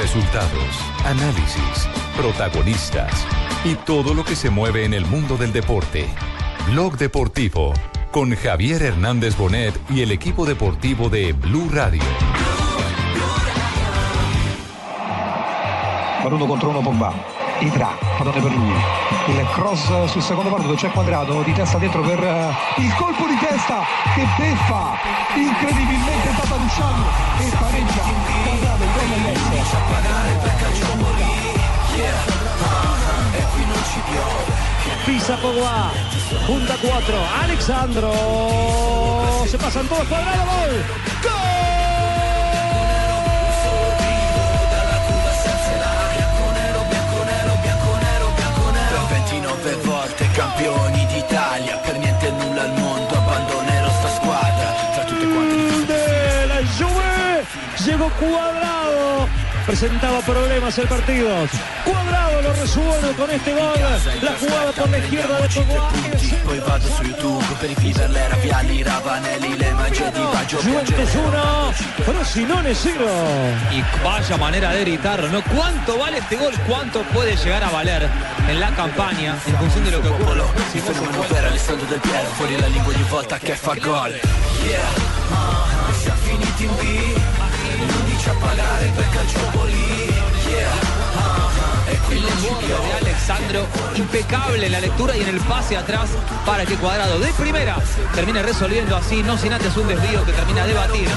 Resultados, análisis, protagonistas y todo lo que se mueve en el mundo del deporte. Blog Deportivo con Javier Hernández Bonet y el equipo deportivo de Blue Radio. Per 1 contro 1 Pogba, Ibra, pallone per lui, il cross sul secondo palo dove c'è Quadrado, di testa dietro per il colpo di testa che beffa, incredibilmente Tata Luciano e pareggia Quadrado, il gol dell'Est. Pisa Pogba, punta 4, Alexandro, se pasan todos, Cuadrado, gol, ¡gol! Volte campioni d'Italia, per niente nulla al mondo abbandonerò sta squadra, tra tutte quante la Juve, llegó Cuadrado, presentaba problemas el partido, Cuadrado lo resuelve con este gol, la jugada por la izquierda de Pogba. Poi vado su YouTube per rivivere le Raviali, Ravanelli, le magie di Baggio. Juventus 1, Frosinone 0. Y vaya manera de gritarlo, ¿no? ¿Cuánto vale este gol? ¿Cuánto puede llegar a valer en la campaña en función de lo che ocurre? Il fenomeno vero Alessandro Del Piero, fuori la lingua ogni volta che fa gol. Siamo finiti in B, non dice a pagare per Calciopoli. El desborde de Alexandro, impecable en la lectura y en el pase atrás para que Cuadrado de primera termine resolviendo así, no sin antes un desvío que termina de batir.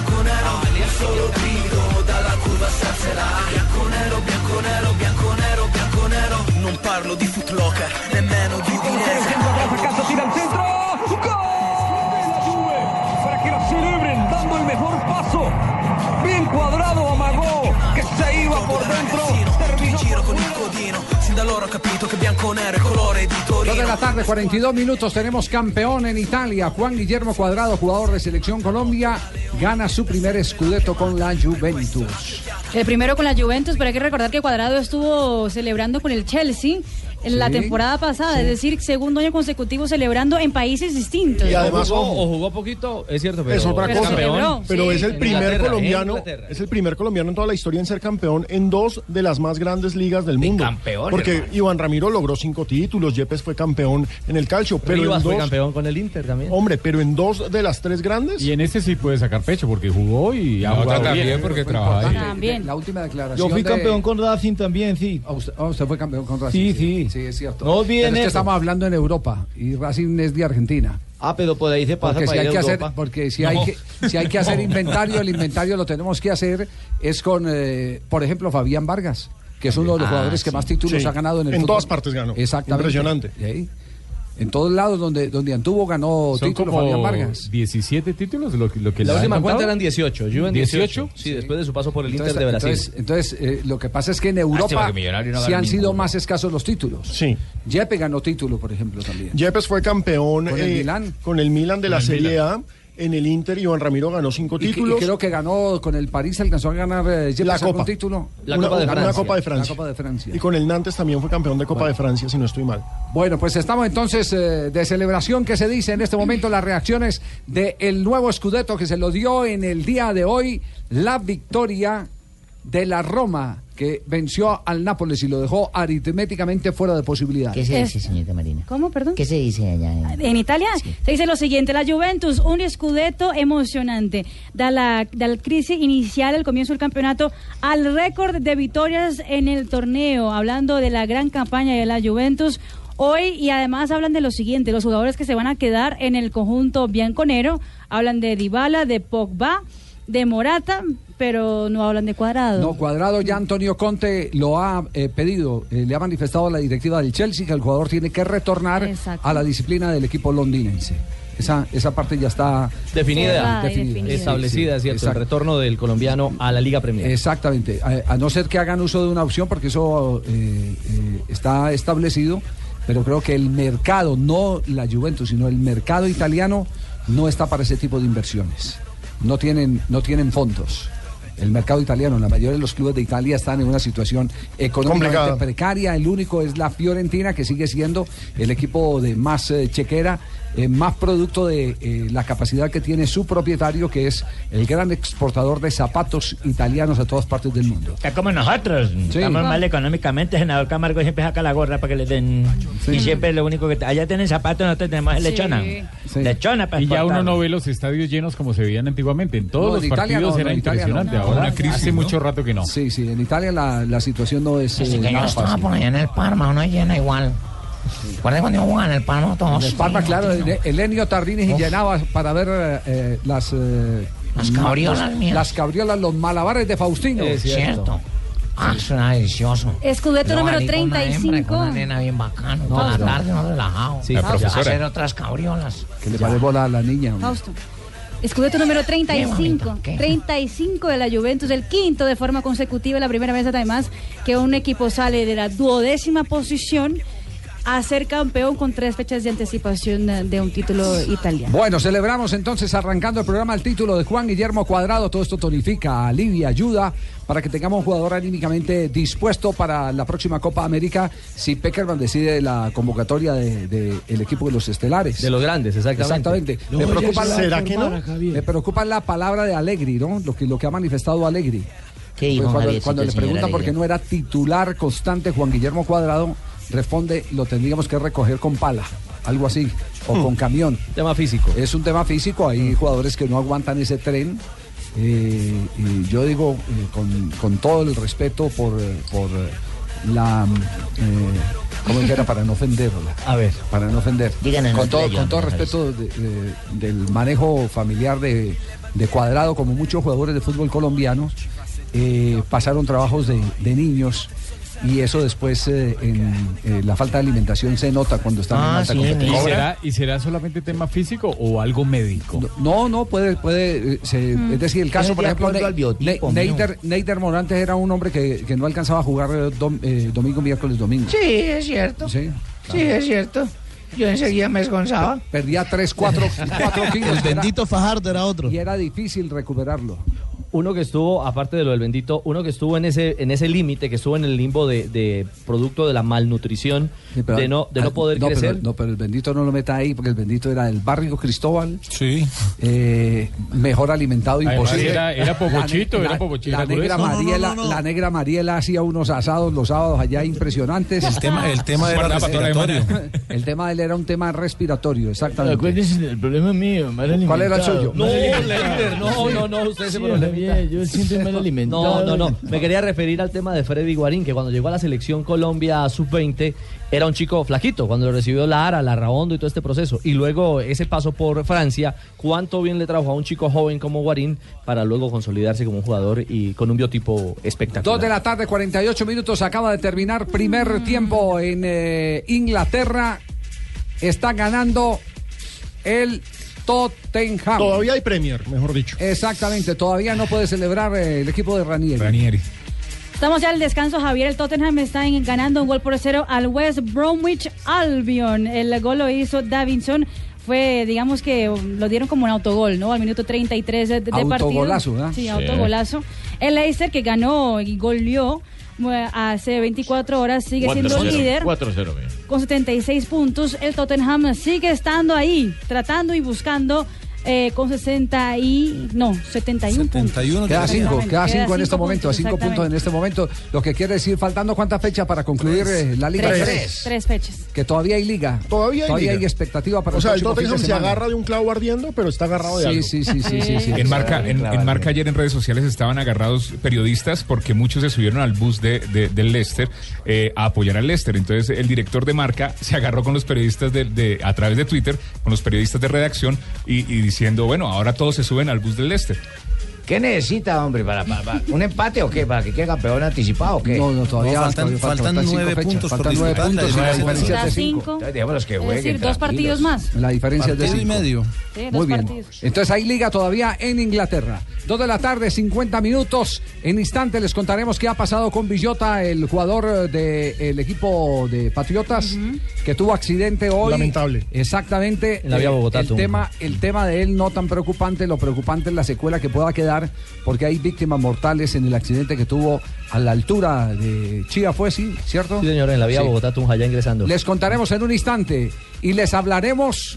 Non parlo di Footlocker, nemmeno di Udinese. Casa tira al centro, gol della Juve, para que la celebren dando el mejor paso. Bien Cuadrado amagó que se iba por dentro. Giro con il codino, sin da allora ho capito che bianco-nero è colore di Torino. 2 de la tarde, 42 minutos, tenemos campeón en Italia. Juan Guillermo Cuadrado, jugador de Selección Colombia, gana su primer scudetto con la Juventus. El primero con la Juventus, pero hay que recordar que Cuadrado estuvo celebrando con el Chelsea en la temporada pasada, es decir, segundo año consecutivo celebrando en países distintos. Y además jugó poquito, es cierto, pero es otra cosa, celebró, pero sí. es el primer colombiano, Inglaterra. es el primer colombiano en toda la historia en ser campeón en 2 de las más grandes ligas del mundo. Campeón, porque hermano. Iván Ramiro logró 5 títulos, Yepes fue campeón en el calcio, pero Rivas en fue 2, campeón con el Inter también. hombre, pero en 2 de las 3 grandes. Y en este sí puede sacar pecho porque jugó y ha jugado también porque trabaja ahí. También. La última declaración. Yo fui campeón con Racing también, sí. Usted fue campeón con Racing. Sí. Sí, es cierto. No olviden Pero es que eso. estamos hablando en Europa y Racing es de Argentina. Ah, pero por ahí se pasa Porque si para hay ir que a hacer, Europa. porque si hay que hacer inventario, el inventario lo tenemos que hacer es con, por ejemplo, Fabián Vargas, que es uno de los jugadores que más títulos Sí. ha ganado en el En fútbol. todas partes ganó. Exactamente. Impresionante. Sí. En todos lados donde anduvo ganó Son título como Fabián Vargas. 17 títulos lo que La le última han cuenta contado. eran 18. Juven 18. Sí, después de su paso por el Inter de Brasil. Entonces, lo que pasa es que en Europa Lástima que Millonario no sí gane han sido ninguno. más escasos los títulos. Sí. Jeppe ganó título, por ejemplo, también. Yepes fue campeón ¿Con el Milán? con el Milan de la el Serie A. En el Inter, Iván Ramiro ganó 5 Y títulos. creo que ganó con el París, alcanzó a ganar Jeppe La algún Copa. título. La Copa de una Francia. Copa de Francia. La Copa de Francia. Y con el Nantes también fue campeón de Copa de Francia, si no estoy mal. Bueno, pues estamos entonces de celebración que se dice en este momento las reacciones del nuevo Scudetto que se lo dio en el día de hoy, la victoria de la Roma que venció al Nápoles y lo dejó aritméticamente fuera de posibilidades. ¿Qué se dice, señorita Marina? ¿Cómo, perdón? ¿Qué se dice allá? En Italia Sí. se dice lo siguiente: la Juventus, un scudetto emocionante. Dalla crisis inicial, el comienzo del campeonato, al récord de victorias en el torneo. Hablando de la gran campaña de la Juventus hoy, y además hablan de lo siguiente: los jugadores que se van a quedar en el conjunto bianconero. Hablan de Dybala, de Pogba, de Morata, pero no hablan de Cuadrado. No, Cuadrado ya Antonio Conte lo ha pedido, le ha manifestado a la directiva del Chelsea que el jugador tiene que retornar Exacto. a la disciplina del equipo londinense. Esa parte ya está Definida, Definida. establecida, Sí, ¿cierto? El exacto. retorno del colombiano a la Liga Premier. Exactamente, a no ser que hagan uso de una opción, porque eso está establecido, pero creo que el mercado, no la Juventus, sino el mercado italiano, no está para ese tipo de inversiones. No tienen fondos. El mercado italiano, la mayoría de los clubes de Italia están en una situación económicamente Complicada. precaria. El único es la Fiorentina, que sigue siendo el equipo de más chequera más producto de la capacidad que tiene su propietario, que es el gran exportador de zapatos italianos a todas partes del mundo. Está como nosotros, estamos mal económicamente. Senador Camargo siempre saca la gorra para que le den. Sí. Y siempre lo único que... Allá tienen zapatos, nosotros tenemos es lechona. Sí. Lechona para Y ya exportar. uno no ve los estadios llenos como se veían antiguamente. En todos los partidos era impresionante. No. Ahora hace mucho rato que no. Sí, en Italia la situación no es que yo estaba por allá en el Parma, uno llena igual. ¿Recuerda cuando íbamos en el Parma todos? En el Parma, claro, el Ennio Tardini llenaba para ver las cabriolas mías. Las cabriolas, los malabares de Faustino. Es cierto. Suena delicioso. Scudetto número 35. Con una nena bien bacano. Toda la tarde nos relajamos. Sí, hacer otras cabriolas. Que le vale bola a la niña. Fausto. Scudetto número 35. 35 de la Juventus, el quinto de forma consecutiva, la primera vez además que un equipo sale de la 12ª posición a ser campeón con 3 fechas de anticipación de un título italiano. Bueno, celebramos entonces, arrancando el programa, el título de Juan Guillermo Cuadrado. Todo esto tonifica, alivia, ayuda para que tengamos un jugador anímicamente dispuesto para la próxima Copa América si Peckerman decide la convocatoria del equipo de los estelares. De los grandes, exactamente. Me preocupa la palabra de Allegri, ¿no? Lo que ha manifestado Allegri. ¿Qué dijo cuando le preguntan por qué no era titular constante Juan Guillermo Cuadrado, responde: lo tendríamos que recoger con pala, algo así, o con camión. Tema físico. Es un tema físico, hay jugadores que no aguantan ese tren. Y yo digo, con todo el respeto por la... ¿cómo dijera? Para no ofenderla. A ver. Para no ofender. Díganos, con todo respeto del manejo familiar de Cuadrado, como muchos jugadores de fútbol colombianos, pasaron trabajos de niños. Y eso después en la falta de alimentación se nota cuando están en alta competencia. ¿Y será solamente tema físico o algo médico? No, puede es decir, el caso, por ejemplo, Neider Morantes era un hombre que no alcanzaba a jugar domingo, miércoles, domingo. Sí, es cierto. Sí, claro. Sí, es cierto. Yo enseguida me descansaba. Perdía 4 kilos. El bendito Fajardo era otro. Y era difícil recuperarlo. Uno que estuvo, aparte de lo del bendito, uno que estuvo en ese límite, que estuvo en el limbo de producto de la malnutrición, sí, de no poder crecer. Pero el bendito no lo meta ahí, porque el bendito era del barrio Cristóbal. Sí. Mejor alimentado imposible. Era popochito, La negra Mariela hacía unos asados los sábados allá impresionantes. El tema era respiratorio. El tema de él era un tema respiratorio, exactamente. Acuérdense, el problema es mío, mal alimentado. ¿Cuál era el suyo? No, usted se problema. Yo siempre mal alimentado. No. Me quería referir al tema de Freddy Guarín, que cuando llegó a la selección Colombia sub-20 era un chico flaquito, cuando lo recibió Lara, Larraondo y todo este proceso. Y luego ese paso por Francia, cuánto bien le trajo a un chico joven como Guarín para luego consolidarse como un jugador y con un biotipo espectacular. 2:48 p.m, acaba de terminar primer tiempo en Inglaterra. Está ganando el Tottenham. Todavía hay Premier, mejor dicho. Exactamente, todavía no puede celebrar el equipo de Ranieri. Estamos ya al descanso, Javier. El Tottenham está ganando 1-0 al West Bromwich Albion. El gol lo hizo Davinson. Fue, digamos que lo dieron como un autogol, ¿no? Al minuto 33 de partido. Autogolazo, ¿verdad? Sí, autogolazo. El Leicester, que ganó y goleó hace 24 horas, sigue siendo líder 4-0 con 76 puntos. El Tottenham sigue estando ahí, tratando y buscando con 71 puntos. Queda 5 en este momento, a 5 puntos en este momento, lo que quiere decir faltando cuántas fechas para concluir la Liga. 3 fechas. Que todavía hay liga. Todavía hay expectativa para el Tottenham se agarra de un clavo ardiendo, pero está agarrado de algo. Sí. En Marca ayer en redes sociales estaban agarrados periodistas porque muchos se subieron al bus del Leicester a apoyar al Leicester. Entonces el director de Marca se agarró con los periodistas a través de Twitter, con los periodistas de redacción y diciendo, bueno, ahora todos se suben al bus del Leicester. ¿Qué necesita, hombre? ¿Para un empate o qué? ¿Para que quede campeón anticipado o qué? No, todavía faltan 9 puntos. Faltan 9 puntos. La diferencia es de 5. Es decir, 2 partidos más. La diferencia es de 5. y medio. Sí, muy bien. Partidos. Entonces hay liga todavía en Inglaterra. 2:50 p.m. En instante les contaremos qué ha pasado con Villota, el jugador del equipo de Patriotas, que tuvo accidente hoy. Lamentable. Exactamente. En la vía Bogotá. El tema de él no tan preocupante. Lo preocupante es la secuela que pueda quedar, porque hay víctimas mortales en el accidente que tuvo a la altura de Chía, ¿fue así? ¿Cierto? Sí, señor, en la vía Bogotá, Tunja, ya ingresando. Les contaremos en un instante y les hablaremos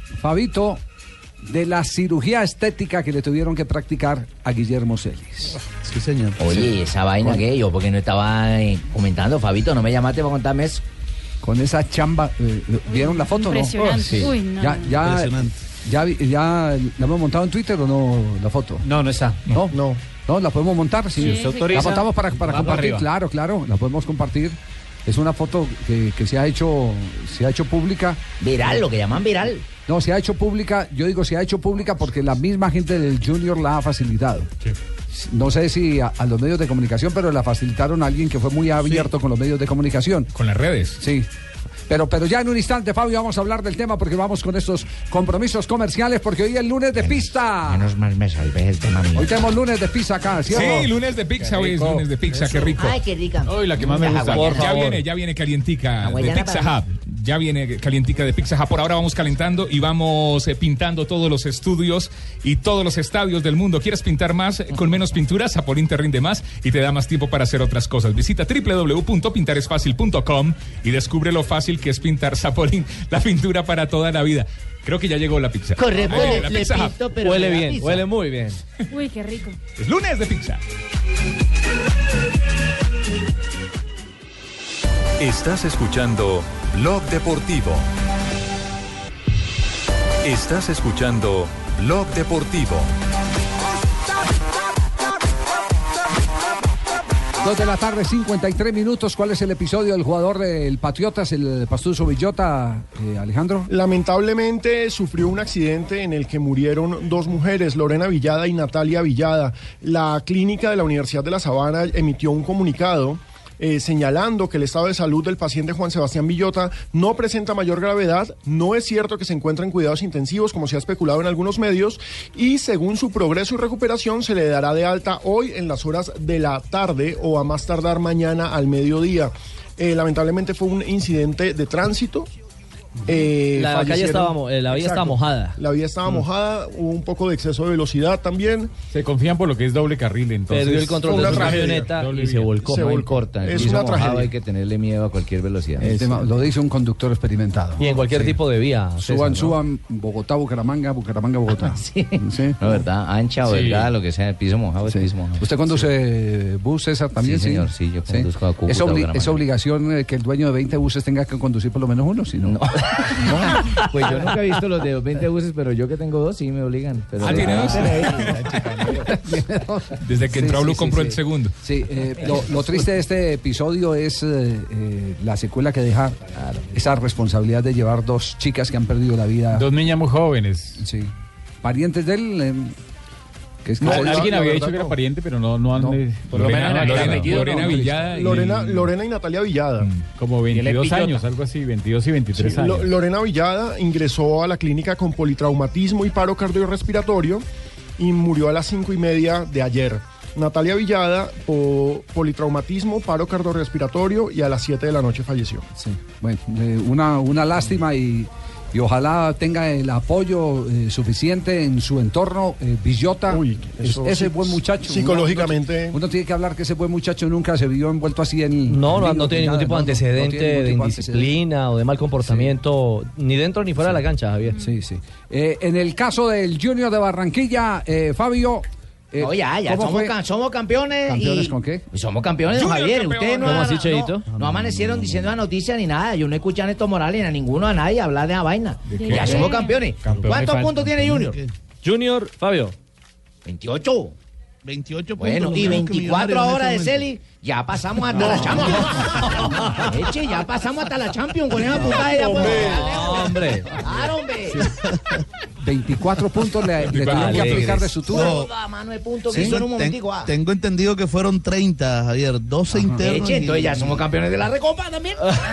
Fabito, de la cirugía estética que le tuvieron que practicar a Guillermo Celis. Sí, señor. Oye, esa vaina que yo, porque no estaba comentando, Fabito, no me llamaste para contarme eso. Con esa chamba, ¿vieron la foto? Impresionante. ¿No? Sí. Uy, no. Impresionante. ¿Ya la hemos montado en Twitter o no la foto? No está. No, la podemos montar. Sí. ¿Se autoriza? La montamos para compartir, para claro, la podemos compartir. Es una foto que se ha hecho pública. Viral, lo que llaman viral. No, se ha hecho pública, yo digo se ha hecho pública porque la misma gente del Junior la ha facilitado. Sí. No sé si a los medios de comunicación, pero la facilitaron a alguien que fue muy abierto con los medios de comunicación. Con las redes. Sí. Pero ya en un instante, Fabio, vamos a hablar del tema porque vamos con estos compromisos comerciales porque hoy es lunes de pista. Menos mal me salvé el tema mío. Hoy tenemos lunes de pizza acá, ¿cierto? Sí, lunes de pizza, hoy es lunes de pizza, qué rico. Ay, qué rica. Hoy la que más me gusta. Ya viene calientica de Pizza Hut. Ya viene calientica de Pizza Hut. Por ahora vamos calentando y vamos pintando todos los estudios y todos los estadios del mundo. ¿Quieres pintar más con menos pintura? Zapolín te rinde más y te da más tiempo para hacer otras cosas. Visita www.pintaresfacil.com y descubre lo fácil que es pintar. Zapolín, la pintura para toda la vida. Creo que ya llegó la pizza. Correcto, le pinto, pero huele bien, pizza. Huele muy bien. Uy, qué rico. Es lunes de pizza. Estás escuchando Blog Deportivo. Estás escuchando Blog Deportivo. 2 de la tarde, 53 minutos. ¿Cuál es el episodio del jugador del Patriotas, el Pastuso Villota, Alejandro? Lamentablemente sufrió un accidente en el que murieron 2 mujeres, Lorena Villada y Natalia Villada. La clínica de la Universidad de La Sabana emitió un comunicado señalando que el estado de salud del paciente Juan Sebastián Villota no presenta mayor gravedad, no es cierto que se encuentre en cuidados intensivos como se ha especulado en algunos medios y según su progreso y recuperación se le dará de alta hoy en las horas de la tarde o a más tardar mañana al mediodía. Lamentablemente fue un incidente de tránsito. La vía estaba mojada. La vía estaba mojada, hubo un poco de exceso de velocidad también. Se confían por lo que es doble carril, entonces. Perdió el control de su camioneta y se volcó. Se volcó. Es una tragedia. Hay que tenerle miedo a cualquier velocidad. Lo dice un conductor experimentado. Y en cualquier tipo de vía. Suban Bogotá, Bucaramanga, Bogotá. Sí. No, ¿verdad? Ancha o delgada, lo que sea, el piso mojado es piso mojado. ¿Usted conduce bus, César, también? Sí, señor, sí, yo conduzco a Cúcuta. ¿Es obligación que el dueño de 20 buses tenga que conducir por lo menos uno? Si no. No, pues yo nunca he visto los de 20 buses, pero yo que tengo 2 sí me obligan. Pero ¿tiene 2? Desde que entró Blue compró el segundo. Sí, lo triste de este episodio es la secuela que deja esa responsabilidad de llevar 2 chicas que han perdido la vida. 2 niñas muy jóvenes. Sí. Parientes de él. Alguien había dicho que era pariente, pero no han... Por lo menos Lorena Villada. Lorena y Natalia Villada. Como 22 años, algo así, 22 y 23 años. Lorena Villada ingresó a la clínica con politraumatismo y paro cardiorrespiratorio y murió a las 5:30 de ayer. Natalia Villada, politraumatismo, paro cardiorrespiratorio y a las 7 de la noche falleció. Sí, bueno, una lástima y ojalá tenga el apoyo suficiente en su entorno. Villota, ese buen muchacho. Psicológicamente. Uno tiene que hablar que ese buen muchacho nunca se vio envuelto así en... No tiene ningún tipo de antecedente de indisciplina o de mal comportamiento, ni dentro ni fuera de la cancha, Javier. Sí. En el caso del Junior de Barranquilla, Fabio... somos campeones. ¿Campeones con qué? Somos campeones, don Javier. Ustedes ¿Cómo así, Cheito? No amanecieron diciendo la noticia ni nada. Yo no escuché a Néstor Morales ni a ninguno, a nadie hablar de la vaina. Ya somos campeones. ¿Cuántos puntos tiene Junior? Junior, Fabio. 28. 28 puntos. Bueno, y 24 ahora de Celi. Ya pasamos hasta la Champions. Ya pasamos hasta la Champions con esa putada. Hombre. Claro, hombre. 24 puntos le tuvieron que aplicar de su turno. Mano de puntos que son un momentico. Tengo entendido que fueron 30, Javier. 12 internos. Entonces ya somos campeones de la Recopa también.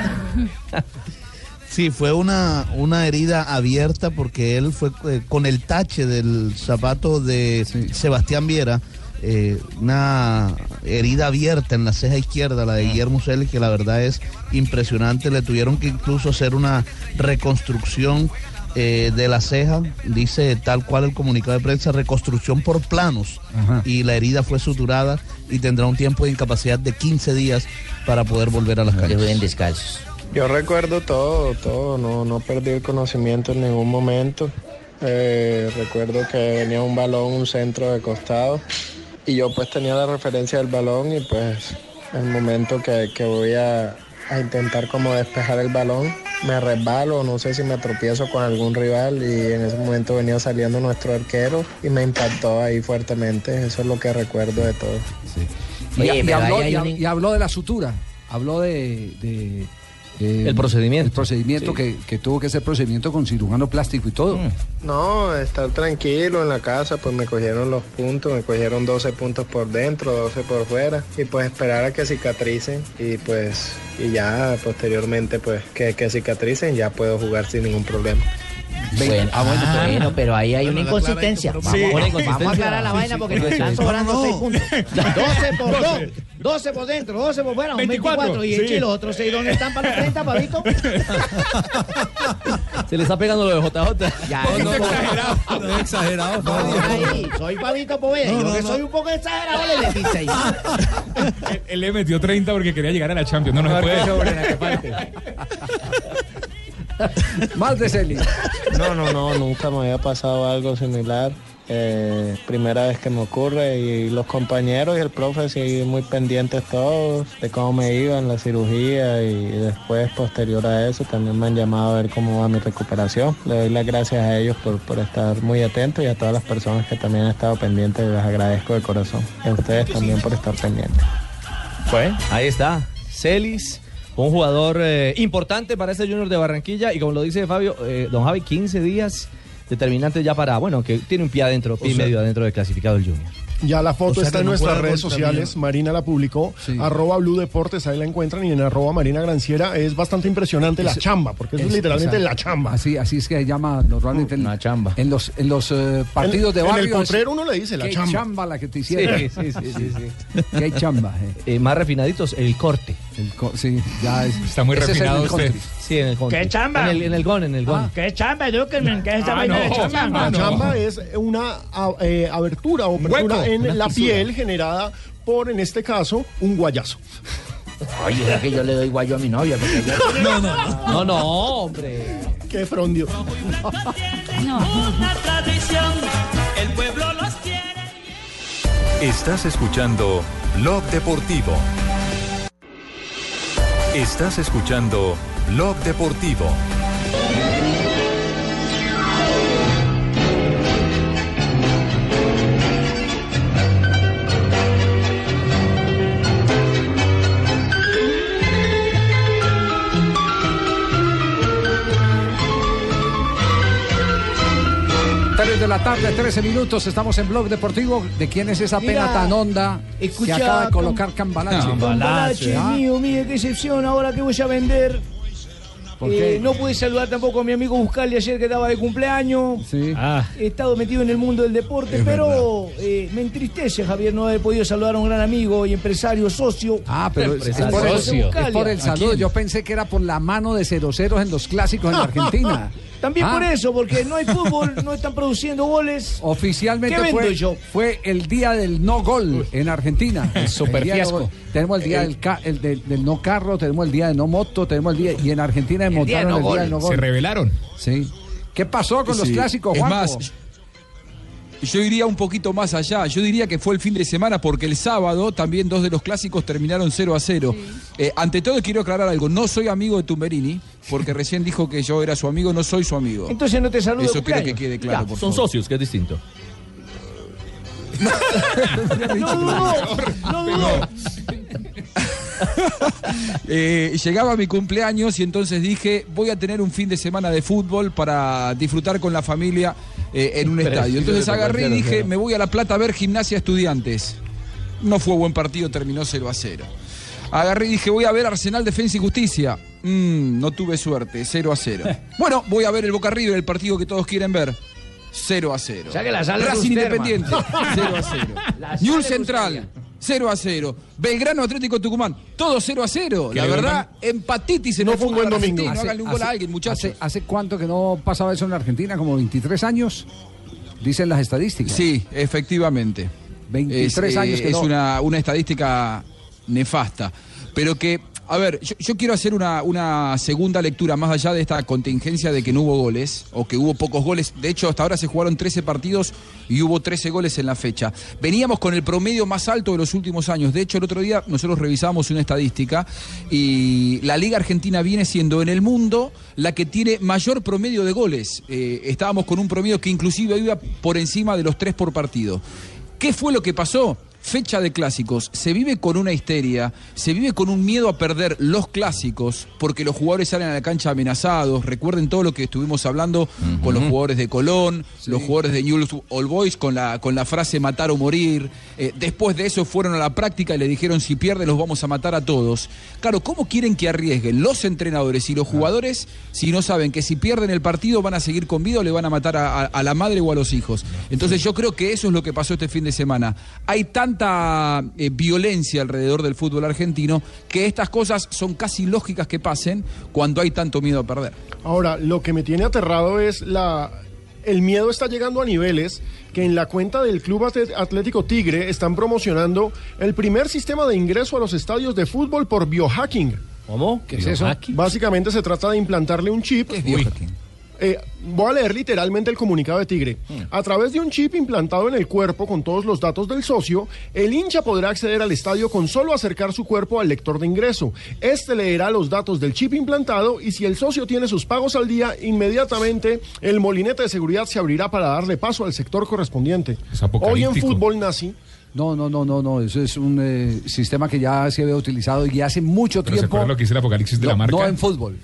Sí, fue una herida abierta porque él fue con el tache del zapato de Sebastián Viera. Una herida abierta en la ceja izquierda, la de Guillermo Celis, que la verdad es impresionante. Le tuvieron que incluso hacer una reconstrucción de la ceja, dice tal cual el comunicado de prensa, reconstrucción por planos. Ajá. Y la herida fue suturada y tendrá un tiempo de incapacidad de 15 días para poder volver a las canchas. Se jueguen descalzos. Yo recuerdo todo, no perdí el conocimiento en ningún momento. Recuerdo que venía un balón, un centro de costado, y yo pues tenía la referencia del balón y pues el momento que voy a intentar como despejar el balón, me resbalo, no sé si me tropiezo con algún rival y en ese momento venía saliendo nuestro arquero y me impactó ahí fuertemente. Eso es lo que recuerdo de todo. Sí. Y habló de la sutura, habló de el procedimiento. El procedimiento que tuvo que ser procedimiento con cirujano plástico y todo. No, estar tranquilo en la casa, pues me cogieron los puntos, me cogieron 12 puntos por dentro, 12 por fuera, y pues esperar a que cicatricen y ya posteriormente pues que cicatricen, ya puedo jugar sin ningún problema. Bueno, pero ahí hay una inconsistencia. Vamos a aclarar la vaina porque nos están sobrando 6 puntos. 12 por 2, 12 por dentro, 12 por fuera, 24. Y los otros 6, ¿dónde están para los 30, Pavito? Se le está pegando lo de JJ. Ya, No, exagerado, Fabio. Soy Pavito Poveda. Yo que soy un poco exagerado, le metí 6. Él le metió 30 porque quería llegar a la Champions. No se puede. Más de Celis. No, nunca me había pasado algo similar. Primera vez que me ocurre, y los compañeros y el profe sí muy pendientes todos de cómo me iba en la cirugía, y después posterior a eso también me han llamado a ver cómo va mi recuperación. Le doy las gracias a ellos por estar muy atentos, y a todas las personas que también han estado pendientes, les agradezco de corazón. Y a ustedes también por estar pendientes. Bueno, ahí está, Celis, un jugador importante para este Junior de Barranquilla, y como lo dice Fabio, don Javi, 15 días determinantes ya para, que tiene un pie adentro, pie y medio adentro del clasificado del Junior. Ya la foto está en nuestras redes sociales, también. Marina la publicó, @Blue Deportes, ahí la encuentran, y en @Marina Granciera. Es bastante impresionante la chamba, porque eso es literalmente la chamba. Así es que se llama normalmente una chamba. En los partidos de barrio. En el potrero uno le dice la chamba. Chamba la que te hicieron. Sí. Que hay chamba. Más refinaditos, el corte. Sí, ya está muy refinado usted. Sí, en el country. ¿Qué chamba? En el gol. ¿Qué chamba, edúquenme? ¿Qué es esa vaina de chamba? La chamba es una abertura o apertura en la piel generada por, en este caso, un guayazo. Oye, es que yo le doy guayo a mi novia. Porque No, hombre. Qué frondio. Una tradición, el pueblo los quiere. Estás escuchando Blog Deportivo. Estás escuchando Blog Deportivo. De la tarde, 13 minutos, estamos en Blog Deportivo. ¿De quién es esa pena tan honda que acaba de colocar Cambalache? Cambalache, mío, qué excepción ahora que voy a vender. ¿Por qué? No pude saludar tampoco a mi amigo Buscali ayer, que estaba de cumpleaños. Sí. He estado metido en el mundo del deporte, pero me entristece, Javier, no haber podido saludar a un gran amigo y empresario, socio. Pero es por el saludo. Yo pensé que era por la mano de 0-0 en los clásicos en la Argentina. También por eso, porque no hay fútbol, no están produciendo goles. Oficialmente fue el día del no gol en Argentina. Super fiasco. Tenemos el día del no carro, tenemos el día de no moto, tenemos el día, y en Argentina montaron el día del no gol. Se rebelaron. Sí. ¿Qué pasó con los clásicos, Juanjo? Es más, yo iría un poquito más allá. Yo diría que fue el fin de semana, porque el sábado también 2 de los clásicos terminaron 0-0. Ante todo quiero aclarar algo. No soy amigo de Tumberini, porque recién dijo que yo era su amigo. No soy su amigo. Entonces no te saludo. Eso quiero que quede claro. Son socios, que es distinto. No dudo. Llegaba mi cumpleaños y entonces dije, voy a tener un fin de semana de fútbol para disfrutar con la familia en un estadio. Entonces agarré y dije, me voy a La Plata a ver Gimnasia Estudiantes. No fue buen partido, terminó 0-0. Agarré y dije, voy a ver Arsenal Defensa y Justicia. No tuve suerte, 0-0. Bueno, voy a ver el Boca River, el partido que todos quieren ver. 0-0. Ya que la sala Racing Independiente, 0-0. Newell's Central, 0-0. Belgrano Atlético Tucumán, todo 0-0. La verdad, empatitis en no el fue un buen domingo. Háganle un gol a alguien, muchachos. ¿Hace cuánto que no pasaba eso en la Argentina? ¿Como 23 años? Dicen las estadísticas. Sí, efectivamente. 23 años que es no. una estadística nefasta. Pero que A ver, yo quiero hacer una segunda lectura más allá de esta contingencia de que no hubo goles o que hubo pocos goles. De hecho, hasta ahora se jugaron 13 partidos y hubo 13 goles en la fecha. Veníamos con el promedio más alto de los últimos años. De hecho, el otro día nosotros revisábamos una estadística y la Liga Argentina viene siendo en el mundo la que tiene mayor promedio de goles. Estábamos con un promedio que inclusive iba por encima de los 3 por partido. ¿Qué fue lo que pasó? Fecha de clásicos, se vive con una histeria, se vive con un miedo a perder los clásicos, porque los jugadores salen a la cancha amenazados. Recuerden todo lo que estuvimos hablando con los jugadores de Colón, los jugadores de Newell's Old Boys con la frase matar o morir. Después de eso fueron a la práctica y le dijeron si pierde los vamos a matar a todos. Claro, ¿cómo quieren que arriesguen los entrenadores y los jugadores si no saben que si pierden el partido van a seguir con vida o le van a matar a la madre o a los hijos? Entonces yo creo que eso es lo que pasó este fin de semana. Hay tanta violencia alrededor del fútbol argentino que estas cosas son casi lógicas que pasen cuando hay tanto miedo a perder. Ahora, lo que me tiene aterrado es el miedo está llegando a niveles que en la cuenta del Club Atlético Tigre están promocionando el primer sistema de ingreso a los estadios de fútbol por biohacking. ¿Cómo? ¿Qué es eso? Básicamente se trata de implantarle un chip. ¿Qué es biohacking? Voy a leer literalmente el comunicado de Tigre. A través de un chip implantado en el cuerpo con todos los datos del socio, el hincha podrá acceder al estadio con solo acercar su cuerpo al lector de ingreso. Este leerá los datos del chip implantado y si el socio tiene sus pagos al día, inmediatamente el molinete de seguridad se abrirá para darle paso al sector correspondiente. Hoy en Fútbol Nazi. No, eso es un sistema que ya se había utilizado y hace mucho tiempo. ¿Se acuerdan lo que dice el apocalipsis de la marca? No en fútbol.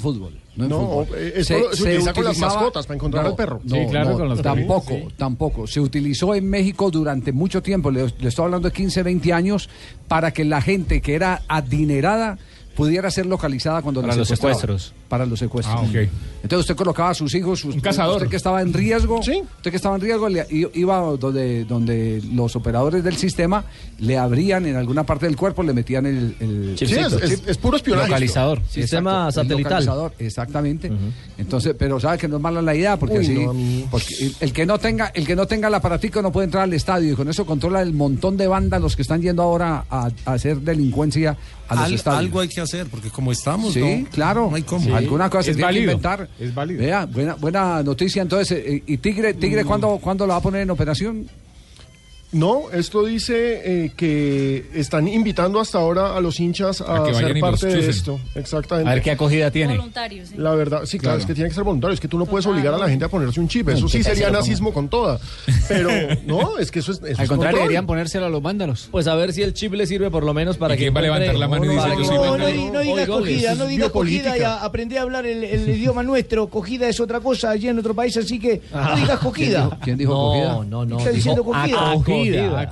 Esto se utiliza con las mascotas para encontrar al perro. Sí, claro, con los tampoco. Se utilizó en México durante mucho tiempo, le estoy hablando de 15, 20 años, para que la gente que era adinerada pudiera ser localizada cuando para los secuestros. Para los secuestros. Okay. Entonces usted colocaba a sus hijos, un cazador. Usted que estaba en riesgo, ¿sí? Iba donde los operadores del sistema le abrían en alguna parte del cuerpo, le metían el chipcito. Es puro espionaje. Localizador. Sistema satelital. Localizador, exactamente. Entonces, pero sabe que no es mala la idea, porque porque el que no tenga el aparatico no puede entrar al estadio y con eso controla el montón de vándalos que están yendo ahora a hacer delincuencia a los estadios. Algo hay que hacer, porque como estamos, sí, claro. No hay cómo. Alguna cosa se tiene que inventar. Es válido. Vea, buena noticia. Entonces, ¿y Tigre cuándo la va a poner en operación? No, esto dice que están invitando hasta ahora a los hinchas a ser parte de esto. Exactamente. A ver qué acogida tiene. Voluntarios, sí. La verdad, sí, claro, es que tiene que ser voluntario. Es que tú no puedes obligar a la gente a ponerse un chip. Eso sí sería nazismo con toda. Pero no, es que eso es. Al contrario, deberían ponérselo a los vándalos. Pues a ver si el chip le sirve por lo menos para que. ¿Quién va a levantar la mano y dice que no diga cogida, no diga cogida. Ya aprendí a hablar el idioma nuestro. Cogida es otra cosa allí en otro país, así que no digas cogida. ¿Quién dijo cogida? No. Está diciendo cogida.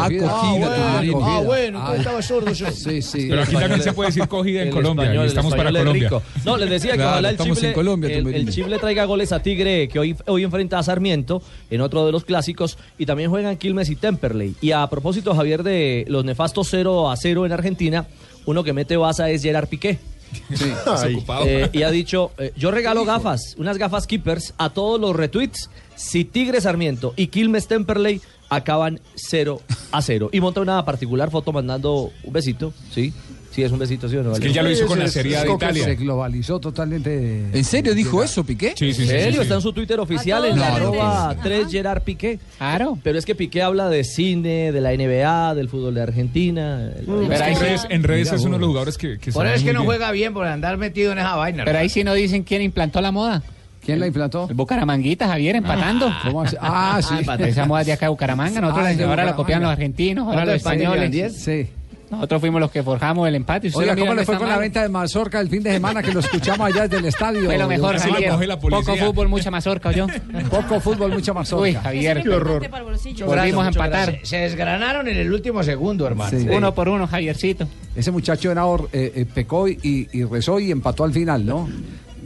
Bueno, estaba sordo yo. Sí. Pero aquí también se puede decir cogida en Colombia. Y estamos para Colombia. No, les decía que ojalá el chip le traiga goles a Tigre, que hoy enfrenta a Sarmiento en otro de los clásicos. Y también juegan Quilmes y Temperley. Y a propósito, Javier, de los nefastos 0-0 en Argentina, uno que mete baza es Gerard Piqué. Sí, y ha dicho, yo regalo gafas, unas gafas Keepers a todos los retweets si Tigre Sarmiento y Quilmes Temperley acaban 0-0. Y monta una particular foto mandando un besito, ¿sí? Sí, es un besito, ¿sí o no? Es que ya lo hizo con la Serie A de Italia. Se globalizó totalmente. ¿En serio dijo eso, Piqué? Sí. ¿En serio? Está en su Twitter oficial, en @3 Gerard Piqué. Claro. Pero es que Piqué habla de cine, de la NBA, del fútbol de Argentina. Pero en redes es uno de los jugadores que por eso es que no juega bien, por andar metido en esa vaina. Pero ahí sí no dicen quién implantó la moda. ¿Quién la implantó? El Bucaramanguita, Javier, empatando. ¿Cómo hace? Sí. Esa moda de acá de Bucaramanga. Nosotros ahora la copian los argentinos, ahora los españoles. Sí. Nosotros fuimos los que forjamos el empate. Oiga, ¿cómo le fue con la venta de mazorca el fin de semana que lo escuchamos allá desde el estadio? Fue lo mejor, Javier. Poco fútbol, mucha mazorca, ¿oyó? Poco fútbol, mucha mazorca. Uy, Javier. Qué horror. Volvimos a empatar. Se desgranaron en el último segundo, hermano. Sí. 1-1, Javiercito. Ese muchacho de Nahor pecó y rezó y empató al final, ¿no?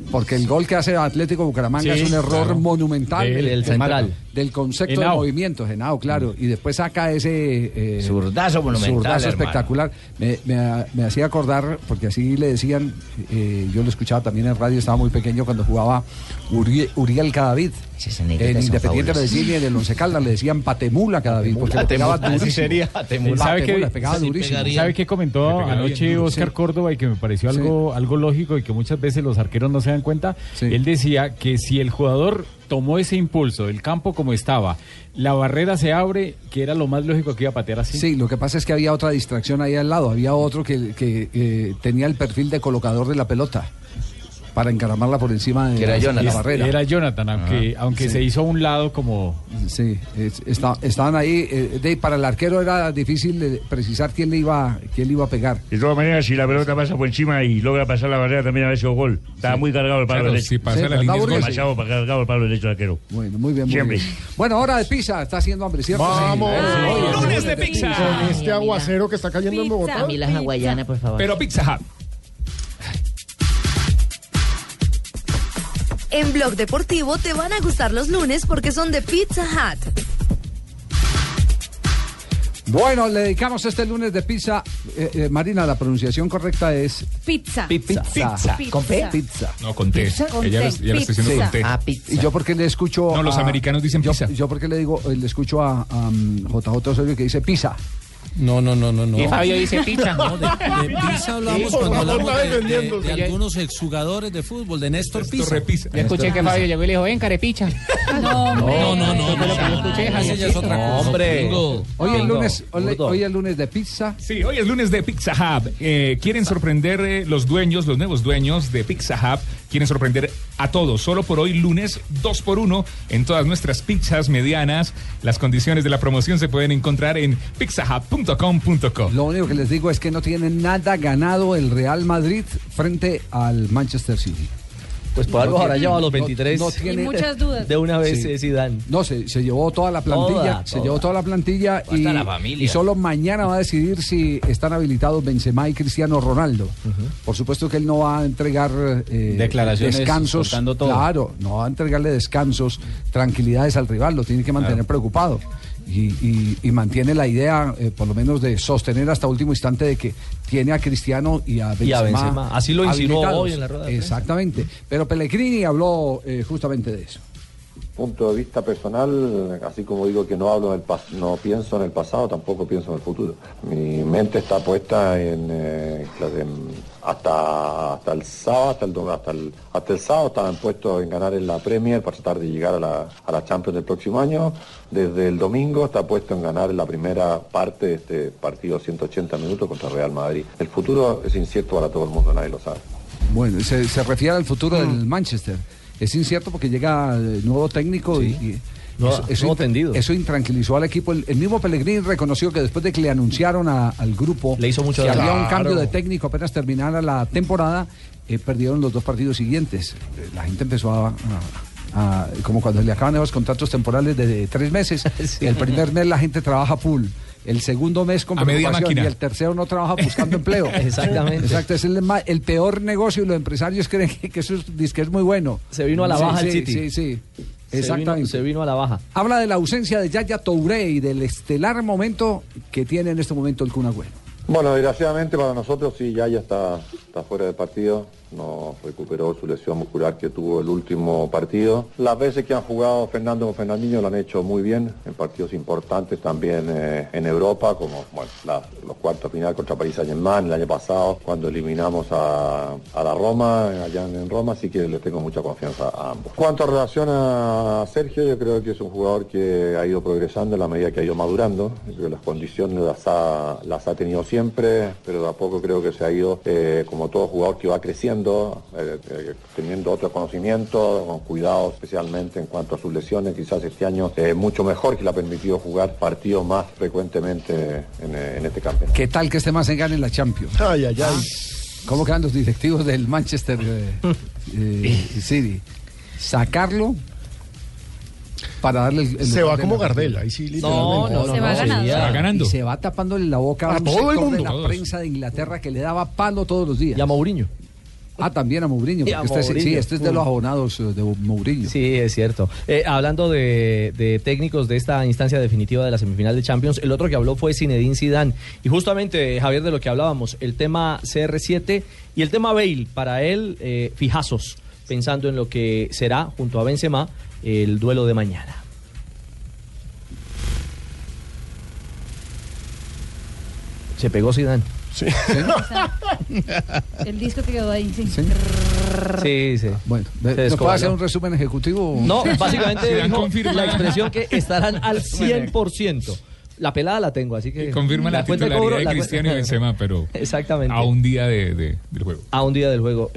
Porque el gol que hace Atlético Bucaramanga es un error monumental del central. Del concepto de movimiento, Henao, claro. Y después saca ese zurdazo monumental. Zurdazo espectacular. Me hacía acordar, porque así le decían, yo lo escuchaba también en radio, estaba muy pequeño cuando jugaba Uriel Cadavid. En Independiente Medellín y en el Once Caldas le decían patemula Cadavid, porque le pegaba durísimo. ¿Sabe qué comentó anoche Oscar Córdoba y que me pareció algo lógico y que muchas veces los arqueros no se dan cuenta? Él decía que si el jugador tomó ese impulso del campo como estaba, la barrera se abre, que era lo más lógico que iba a patear así. Sí, lo que pasa es que había otra distracción ahí al lado, había otro que tenía el perfil de colocador de la pelota para encaramarla por encima de la barrera. Era Jonathan, aunque se hizo a un lado como... Sí, estaban ahí. Para el arquero era difícil precisar quién le iba a pegar. De todas maneras, si la pelota pasa por encima y logra pasar la barrera, también a veces gol. Estaba muy cargado el palo derecho. Si pasa la línea es gol. Demasiado cargado el palo derecho del arquero. Bueno, muy bien. Siempre. Muy bien. Bueno, hora de pizza. Está haciendo hambre, ¿cierto? ¡Vamos! Sí. ¡Lunes de pizza! Con este aguacero que está cayendo en Bogotá. A mí la hawaiana, por favor. Pero Pizza Hut. En Blog Deportivo te van a gustar los lunes porque son de Pizza Hut. Bueno, le dedicamos este lunes de pizza. Marina, la pronunciación correcta es... Pizza. ¿Con P? Pizza. No, con T. Ella lo está diciendo con T. ¿Y yo por qué le escucho No, los americanos dicen pizza. Yo porque le escucho a JJ Osorio que dice pizza. No. Y Fabio dice pizza. De pizza hablamos cuando hablamos de algunos exjugadores de fútbol, de Néstor Pizza. Yo escuché que Fabio llegó y le dijo, ven, carepicha. No. Esa ya es otra cosa. Hombre. Hoy es lunes de pizza. Sí, hoy es lunes de Pizza Hut. Quieren sorprender los nuevos dueños de Pizza Hut. Quieren sorprender a todos. Solo por hoy, lunes, 2x1 en todas nuestras pizzas medianas. Las condiciones de la promoción se pueden encontrar en pizzahut.com.co. Lo único que les digo es que no tiene nada ganado el Real Madrid frente al Manchester City. Pues por algo habrá llevado a los 23. No tiene muchas dudas. De una vez Zidane. No, se llevó toda la plantilla. Llevó toda la plantilla y solo mañana va a decidir si están habilitados Benzema y Cristiano Ronaldo. Por supuesto que él no va a entregar declaraciones, descansos. todo. Claro, no va a entregarle descansos, tranquilidades al rival, lo tiene que mantener preocupado. Y mantiene la idea, por lo menos, de sostener hasta último instante de que tiene a Cristiano y a Benzema. Así lo insinuó hoy en la rueda de prensa. Exactamente. Pero Pellegrini habló justamente de eso. Punto de vista personal, así como digo que no pienso en el pasado, tampoco pienso en el futuro. Mi mente está puesta hasta el sábado, hasta el sábado estaban puestos en ganar en la Premier para tratar de llegar a la Champions del próximo año. Desde el domingo está puesto en ganar en la primera parte de este partido 180 minutos contra Real Madrid. El futuro es incierto para todo el mundo, nadie lo sabe. Bueno, se refiere al futuro del Manchester. Es incierto porque llega el nuevo técnico eso intranquilizó al equipo. El mismo Pellegrini reconoció que después de que le anunciaron al grupo le hizo mucho que daño. había un cambio de técnico apenas terminara la temporada, perdieron los 2 partidos siguientes. La gente empezó como cuando le acaban los contratos temporales de 3 meses. Sí. El primer mes la gente trabaja full. El segundo mes con preocupación y el tercero no trabaja buscando empleo. Exactamente. Exacto, es el peor negocio y los empresarios creen que eso es muy bueno. Se vino a la baja el City. Sí. Exactamente. Se vino a la baja. Habla de la ausencia de Yaya Touré y del estelar momento que tiene en este momento el Kun Agüero. Bueno, desgraciadamente para nosotros sí, Yaya está fuera del partido. No recuperó su lesión muscular que tuvo el último partido. Las veces que han jugado Fernando o Fernandinho lo han hecho muy bien en partidos importantes también en Europa, como los cuartos final contra Paris Saint-Germain el año pasado, cuando eliminamos a la Roma, allá en Roma, así que le tengo mucha confianza a ambos. Cuanto a relación a Sergio, yo creo que es un jugador que ha ido progresando en la medida que ha ido madurando. Yo creo que las condiciones las ha tenido siempre, pero de a poco creo que se ha ido, como todo jugador que va creciendo, teniendo otro conocimiento, con cuidado especialmente en cuanto a sus lesiones. Quizás este año mucho mejor, que le ha permitido jugar partidos más frecuentemente en este campeonato. ¿Qué tal que esté más en gana en la Champions? Ay. ¿Cómo quedan los directivos del Manchester City? Sacarlo para darle el se va como Gardel, ahí sí. No, se va ganando. Y se va tapándole la boca a un todo el mundo de la prensa de Inglaterra que le daba palo todos los días. Y a Mourinho. También a Mourinho. Sí, este es de los abonados de Mourinho. Sí, es cierto. Hablando de técnicos de esta instancia definitiva de la semifinal de Champions, el otro que habló fue Zinedine Zidane. Y justamente, Javier, de lo que hablábamos, el tema CR7 y el tema Bale, para él, fijazos, pensando en lo que será, junto a Benzema, el duelo de mañana. Se pegó Zidane. Sí. El disco que quedó ahí, sí. Sí. Bueno, ¿nos puede hacer un resumen ejecutivo? No, básicamente dijo la expresión que estarán al 100%. La pelada la tengo, así que... Confirma la titularidad de Cristiano y Benzema, pero... Exactamente. A un día del juego. A un día del juego.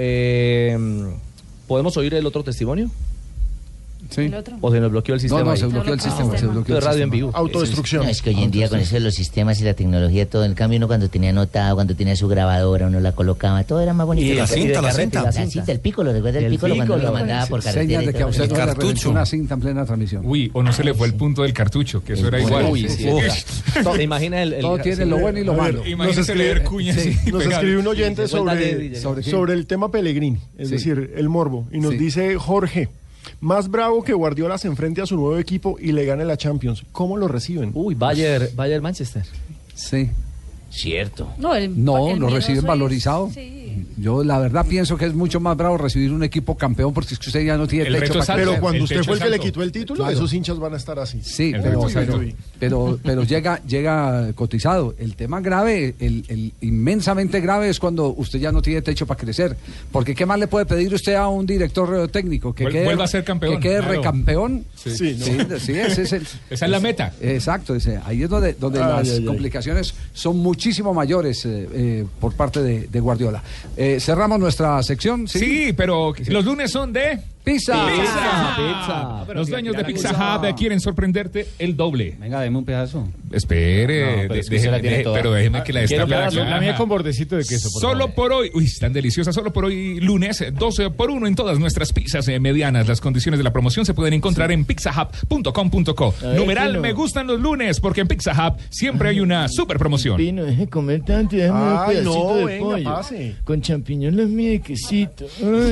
¿Podemos oír el otro testimonio? Sí. ¿O se nos bloqueó el sistema? No, se bloqueó el sistema. Se bloqueó el radio sistema. en vivo. Autodestrucción. No, es que hoy en día con eso de los sistemas y la tecnología, todo, en cambio uno cuando tenía anotado, cuando tenía su grabadora, uno la colocaba, todo era más bonito. Y la cinta. La cinta, el pícolo, ¿recuerda el pícolo cuando uno lo mandaba por carretera? Señas de que a usted no le cartucho. reventó una cinta en plena transmisión. Uy, o no se le fue el punto del cartucho, que eso era igual. Uy, sí. ¿Se imagina el todo tiene lo bueno y lo malo. Imagínese leer cuñas. Nos escribe un oyente sobre el tema Pellegrini, es decir, el morbo, y nos dice Jorge: más bravo que Guardiola se enfrente a su nuevo equipo y le gane la Champions. ¿Cómo lo reciben? Uy, Bayern Manchester. Sí. Cierto. No, lo reciben valorizado. Sí. Yo la verdad pienso que es mucho más bravo recibir un equipo campeón porque es que usted ya no tiene techo para Pero crecer. cuando usted fue el que le quitó el título, esos hinchas van a estar así. Sí, pero llega cotizado. El tema grave, el inmensamente grave es cuando usted ya no tiene techo para crecer. Porque ¿qué más le puede pedir usted a un director técnico? Que vuelva a ser campeón. Que quede recampeón. Sí, esa es la meta. Exacto, ahí es donde las complicaciones son muchísimo mayores por parte de Guardiola. Cerramos nuestra sección. Sí, pero los lunes son de... Pizza. Los dueños de Pizza Hut quieren sorprenderte el doble. Venga, deme un pedazo. Espere, pero déjeme que la destape. La mía con bordecito de queso. Solo por hoy, están deliciosas. Solo por hoy, lunes, 12 por 1 en todas nuestras pizzas medianas. Las condiciones de la promoción se pueden encontrar en pizzahub.com.co. Numeral me gustan los lunes, porque en Pizza Hut siempre hay una super promoción. Pino, deje comer tanto y déjame un pedacito de pollo. Con champiñones y quesito.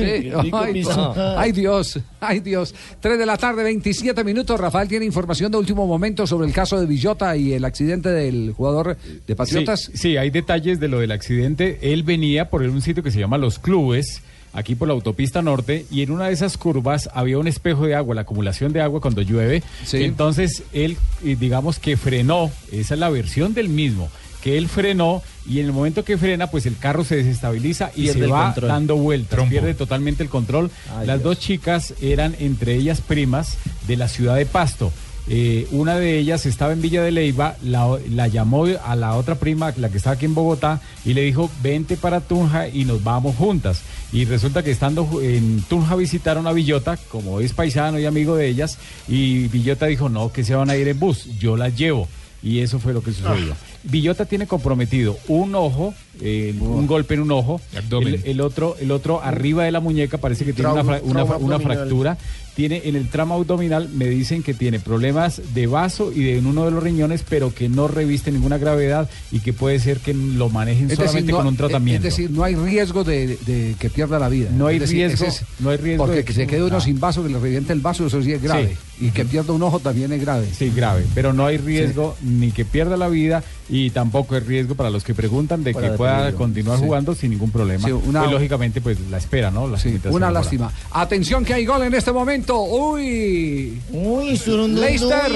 Ay, Dios. 3 de la tarde, 27 minutos. Rafael tiene información de último momento sobre el caso de Villota y el accidente del jugador de Patriotas. Sí, hay detalles de lo del accidente. Él venía por un sitio que se llama Los Clubes, aquí por la autopista norte, y en una de esas curvas había un espejo de agua, la acumulación de agua cuando llueve. Sí. Entonces él, digamos que frenó, esa es la versión del mismo, que él frenó, y en el momento que frena, pues el carro se desestabiliza y se va dando vueltas, pierde totalmente el control. Las dos chicas eran entre ellas primas de la ciudad de Pasto. Una de ellas estaba en Villa de Leyva, la llamó a la otra prima, la que estaba aquí en Bogotá, y le dijo, vente para Tunja y nos vamos juntas. Y resulta que estando en Tunja visitaron a Villota, como es paisano y amigo de ellas, y Villota dijo, no, que se van a ir en bus, yo las llevo. Y eso fue lo que sucedió. Villota tiene comprometido un ojo, un golpe en un ojo, el otro arriba de la muñeca parece que tiene una fractura. Tiene en el tramo abdominal, me dicen que tiene problemas de vaso y en uno de los riñones, pero que no reviste ninguna gravedad y que puede ser que lo manejen solamente con un tratamiento. Es decir, no hay riesgo de que pierda la vida. No hay riesgo. No hay riesgo porque que se quede uno sin vaso, que le reviente el vaso, eso sí es grave. Sí. Y que pierda un ojo también es grave. Sí, grave. Pero no hay riesgo ni que pierda la vida y tampoco hay riesgo para los que preguntan de que pueda continuar jugando sin ningún problema. Sí, y lógicamente, pues la espera, ¿no? Una lástima. Atención que hay gol en este momento. Uy, Leicester.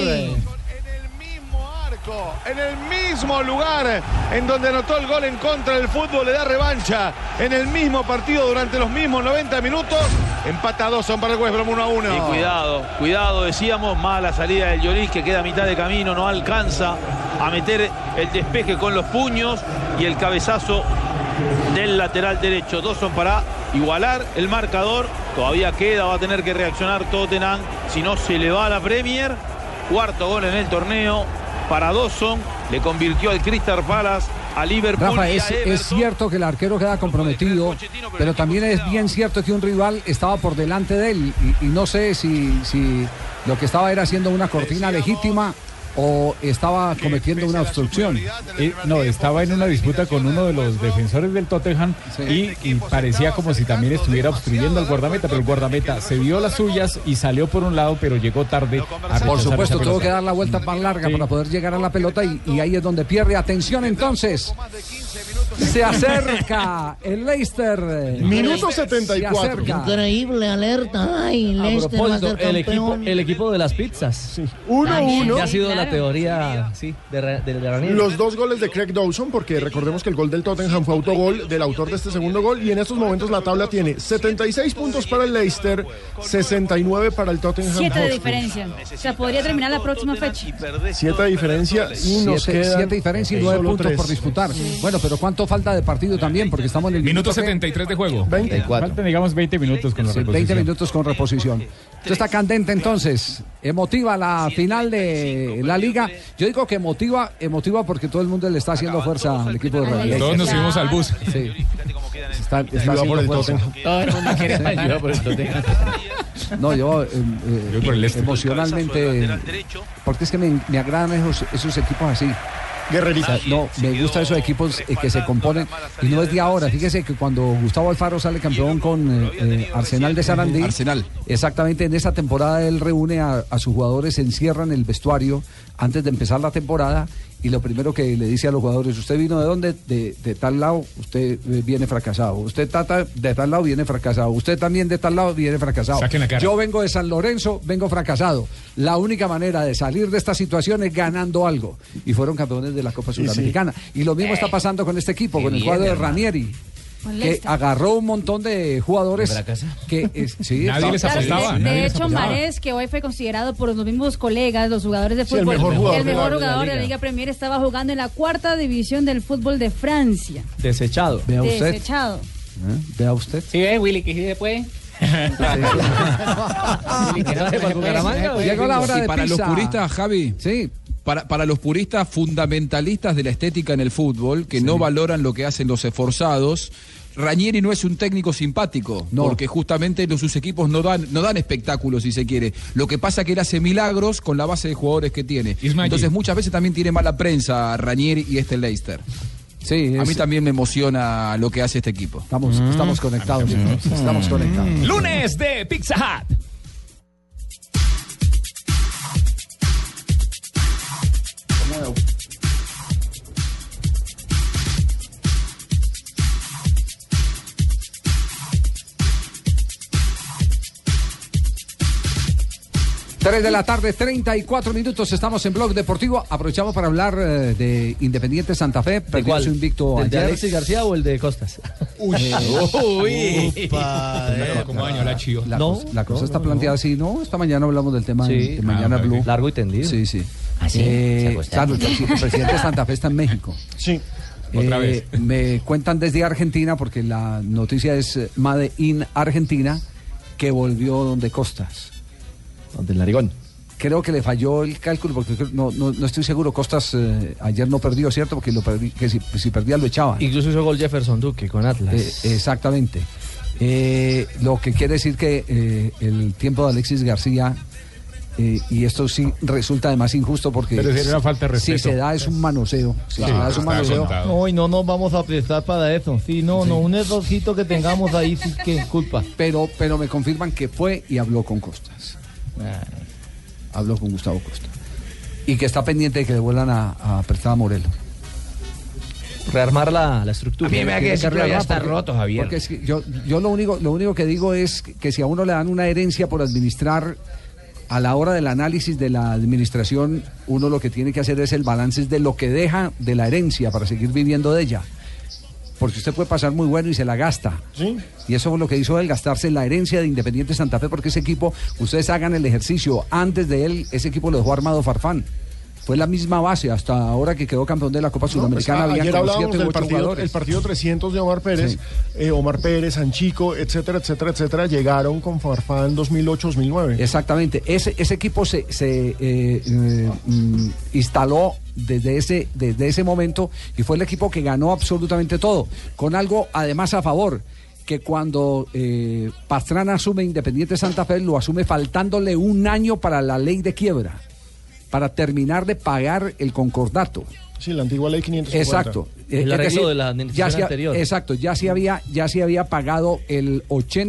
En el mismo lugar en donde anotó el gol en contra del fútbol, le da revancha en el mismo partido durante los mismos 90 minutos. Empata 2 para el West Brom 1-1. Y cuidado, decíamos, mala salida del Lloris, que queda a mitad de camino, no alcanza a meter el despeje con los puños, y el cabezazo del lateral derecho. 2 para igualar el marcador. Todavía queda, va a tener que reaccionar Tottenham, si no se le va a la Premier. Cuarto gol en el torneo para Dawson, le convirtió al Crystal Palace, a Liverpool. Rafa, es cierto que el arquero queda comprometido, pero también es bien cierto que un rival estaba por delante de él y no sé si lo que estaba era haciendo una cortina legítima o estaba cometiendo una obstrucción. No, estaba en una disputa con uno de los defensores del Tottenham y parecía como si también estuviera obstruyendo al guardameta, pero el guardameta se dio las suyas y salió por un lado, pero llegó tarde a Por supuesto, tuvo que dar la vuelta más larga para poder llegar a la pelota y ahí es donde pierde. Atención entonces. Se acerca el Leicester. Minuto 74. Increíble, alerta. Ay, Leicester va a ser campeón. El equipo de las pizzas. 1-1. Ya ha sido la teoría de Ranieri. Los 2 goles de Craig Dawson, porque recordemos que el gol del Tottenham fue autogol del autor de este segundo gol, y en estos momentos la tabla tiene 76 puntos para el Leicester, 69 para el Tottenham 7 de Hotspur. diferencia. O sea, podría terminar la próxima fecha. 7 de diferencia y nos quedan 7 diferencia y 9 solo puntos 3. por disputar. Bueno, pero ¿cuánto falta de partido también? Porque estamos en el Minuto 73 de juego. 24. Faltan, digamos, 20 minutos con la reposición. 20 minutos con reposición. Esto está candente entonces. Emotiva la final de la Liga. Yo digo que emotiva porque todo el mundo le está haciendo fuerza al equipo de Ranieri. Todos nos subimos al bus. Sí. Está Ayuda por el Tottenham. Todo el mundo quiere ayuda por el Tottenham. No, yo por el este. emocionalmente, porque es que me agradan esos equipos así. Guerrerita. No, me gustan esos equipos que se componen y no es de ahora. Fíjese que cuando Gustavo Alfaro sale campeón con Arsenal de Sarandí, Arsenal. Exactamente, en esa temporada él reúne a sus jugadores, se encierra en el vestuario antes de empezar la temporada y lo primero que le dice a los jugadores: usted vino de dónde, de tal lado, usted viene fracasado, usted tata de tal lado, viene fracasado, usted también de tal lado, viene fracasado, yo vengo de San Lorenzo, vengo fracasado, la única manera de salir de esta situación es ganando algo, y fueron campeones de la Copa Sudamericana. Y lo mismo está pasando con este equipo, con el cuadro de Ranieri, que agarró un montón de jugadores que nadie les apostaba. De hecho, Mahrez, que hoy fue considerado por los mismos colegas, los jugadores de fútbol, el mejor jugador de la Liga Premier, estaba jugando en la 4ª división del fútbol de Francia. Desechado. Vea usted. Desechado. Vea usted. Sí, ve, Willy, que sí se puede. Llegó la hora de para pizza. los puristas, Javi. Sí. Para los puristas fundamentalistas de la estética en el fútbol, que no valoran lo que hacen los esforzados, Ranieri no es un técnico simpático, porque justamente sus equipos no dan espectáculos, si se quiere. Lo que pasa es que él hace milagros con la base de jugadores que tiene. Entonces muchas veces también tiene mala prensa Ranieri y este Leicester. Sí, a mí también me emociona lo que hace este equipo. Estamos conectados. Estamos conectados. Lunes de Pizza Hut. Tres de la tarde, 34 minutos, estamos en Blog Deportivo. Aprovechamos para hablar de Independiente Santa Fe. ¿Cuál? Su invicto ¿El de ayer. Alexis García o el de Costas? La cosa está planteada así, ¿no? Esta mañana hablamos del tema de Mañana Blue. Largo y tendido. Sí, sí. Claro, el presidente de Santa Fe está en México. Sí. Otra vez. Me cuentan desde Argentina, porque la noticia es Made in Argentina, que volvió donde Costas. Donde el Narigón. Creo que le falló el cálculo, porque no estoy seguro. Costas ayer no perdió, ¿cierto? Porque si perdía lo echaba. Incluso hizo gol Jefferson Duque con Atlas. Exactamente. Lo que quiere decir que el tiempo de Alexis García, y esto sí resulta además injusto, porque pero sería una falta de respeto. Si se da es un manoseo. No, y no nos vamos a prestar para eso. Sí, un errorcito que tengamos ahí sí que es culpa. Pero me confirman que fue y habló con Costas. Habló con Gustavo Costa. Y que está pendiente de que le vuelvan a prestar a Morelos. Rearmar la estructura. A mí me da que ese club ya está roto, Javier. Porque es que yo lo único que digo es que si a uno le dan una herencia por administrar, a la hora del análisis de la administración, uno lo que tiene que hacer es el balance de lo que deja de la herencia para seguir viviendo de ella. Porque usted puede pasar muy bueno y se la gasta. ¿Sí? Y eso fue lo que hizo él, gastarse la herencia de Independiente Santa Fe, porque ese equipo, ustedes hagan el ejercicio, antes de él, ese equipo lo dejó armado Farfán. Fue la misma base, hasta ahora que quedó campeón de la Copa Sudamericana. Ayer hablábamos del partido 300 de Omar Pérez, Omar Pérez, Sanchico, etcétera, llegaron con Farfán 2008-2009. Exactamente, ese equipo se instaló desde ese momento y fue el equipo que ganó absolutamente todo, con algo además a favor, que cuando Pastrana asume Independiente Santa Fe, lo asume faltándole un año para la ley de quiebra. para terminar de pagar el concordato. Sí, la antigua ley 550. Exacto. El arreglo de la administración anterior. Exacto, ya se había pagado el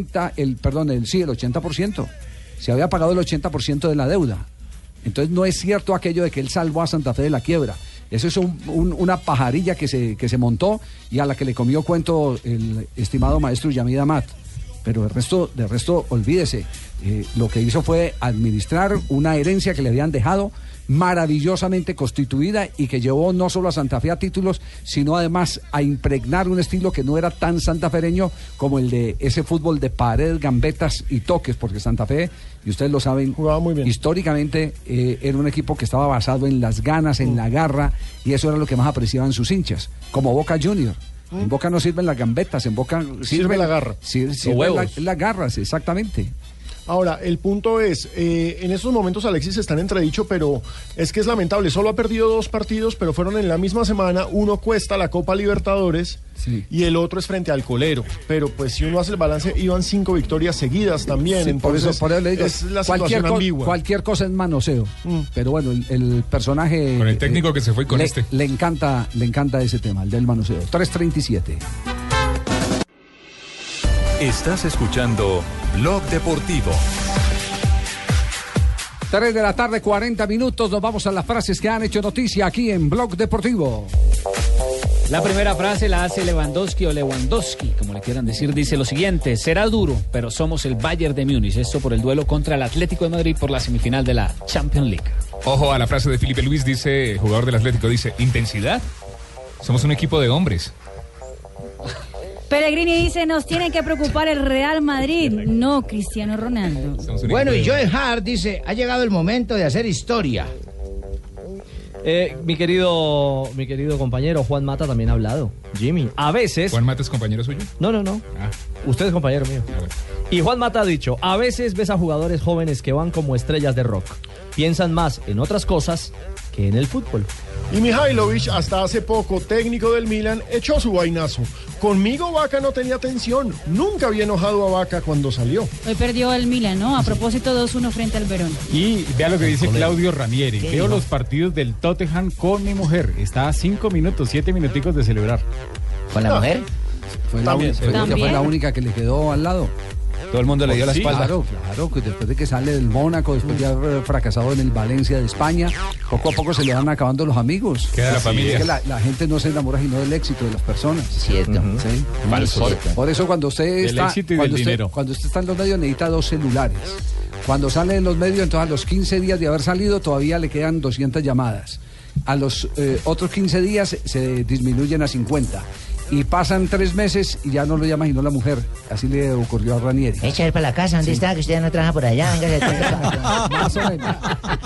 80%. Se había pagado el 80% de la deuda. Entonces no es cierto aquello de que él salvó a Santa Fe de la quiebra. Eso es una pajarilla que se montó y a la que le comió cuento el estimado maestro Yamid Amat. Pero de resto, olvídese. Lo que hizo fue administrar una herencia que le habían dejado maravillosamente constituida y que llevó no solo a Santa Fe a títulos, sino además a impregnar un estilo que no era tan santafereño como el de ese fútbol de pared, gambetas y toques, porque Santa Fe, y ustedes lo saben, jugaba muy bien. Históricamente era un equipo que estaba basado en las ganas, en la garra, y eso era lo que más apreciaban sus hinchas, como Boca Junior. En Boca no sirven las gambetas, en Boca sirve la garra. Sirven las garras, exactamente. Ahora, el punto es, en estos momentos Alexis está en entredicho, pero es que es lamentable, solo ha perdido 2 partidos, pero fueron en la misma semana, uno cuesta la Copa Libertadores y el otro es frente al Colero, pero pues si uno hace el balance, iban 5 victorias seguidas también, sí, entonces por eso le digo, es la situación ambigua. Cualquier cosa es manoseo, pero bueno, el personaje... Con el técnico que se fue con le encanta ese tema, el del manoseo. 3:37. Estás escuchando Blog Deportivo. 3 de la tarde, 40 minutos. Nos vamos a las frases que han hecho noticia aquí en Blog Deportivo. La primera frase la hace Lewandowski o Lewandowski, como le quieran decir. Dice lo siguiente: será duro, pero somos el Bayern de Múnich. Esto por el duelo contra el Atlético de Madrid por la semifinal de la Champions League. Ojo a la frase de Felipe Luis, dice, jugador del Atlético, dice, intensidad. Somos un equipo de hombres. Pellegrini dice, nos tiene que preocupar el Real Madrid, no Cristiano Ronaldo. Bueno, y Joe Hart dice, ha llegado el momento de hacer historia. Mi querido compañero Juan Mata también ha hablado. Jimmy, a veces... ¿Juan Mata es compañero suyo? No. Usted es compañero mío. Bueno. Y Juan Mata ha dicho, a veces ves a jugadores jóvenes que van como estrellas de rock. Piensan más en otras cosas que en el fútbol. Y Mihailovic, hasta hace poco técnico del Milan, echó su vainazo. Conmigo Vaca no tenía tensión. Nunca había enojado a Vaca cuando salió. Hoy perdió el Milan, ¿no? A propósito, 2-1 frente al Verón. Y vea lo que dice Claudio Ranieri. Veo los partidos del Tottenham con mi mujer. Está a 5 minutos, 7 minuticos de celebrar. ¿Con la mujer? Fue la única que le quedó al lado. Todo el mundo le dio la espalda. Claro, que después de que sale del Mónaco, después de haber fracasado en el Valencia de España, poco a poco se le van acabando los amigos. Queda la familia. Es que la gente no se enamora sino del éxito de las personas. Cierto. ¿Sí? Por eso cuando usted está cuando usted está en los medios necesita 2 celulares. Cuando sale de los medios, entonces a los 15 días de haber salido todavía le quedan 200 llamadas. A los otros 15 días se disminuyen a 50. Y pasan 3 meses y ya no lo llama sino la mujer. Así le ocurrió a Ranieri. Echa a ir para la casa, ¿dónde está? Que usted ya no trabaja por allá. Venga, más o menos.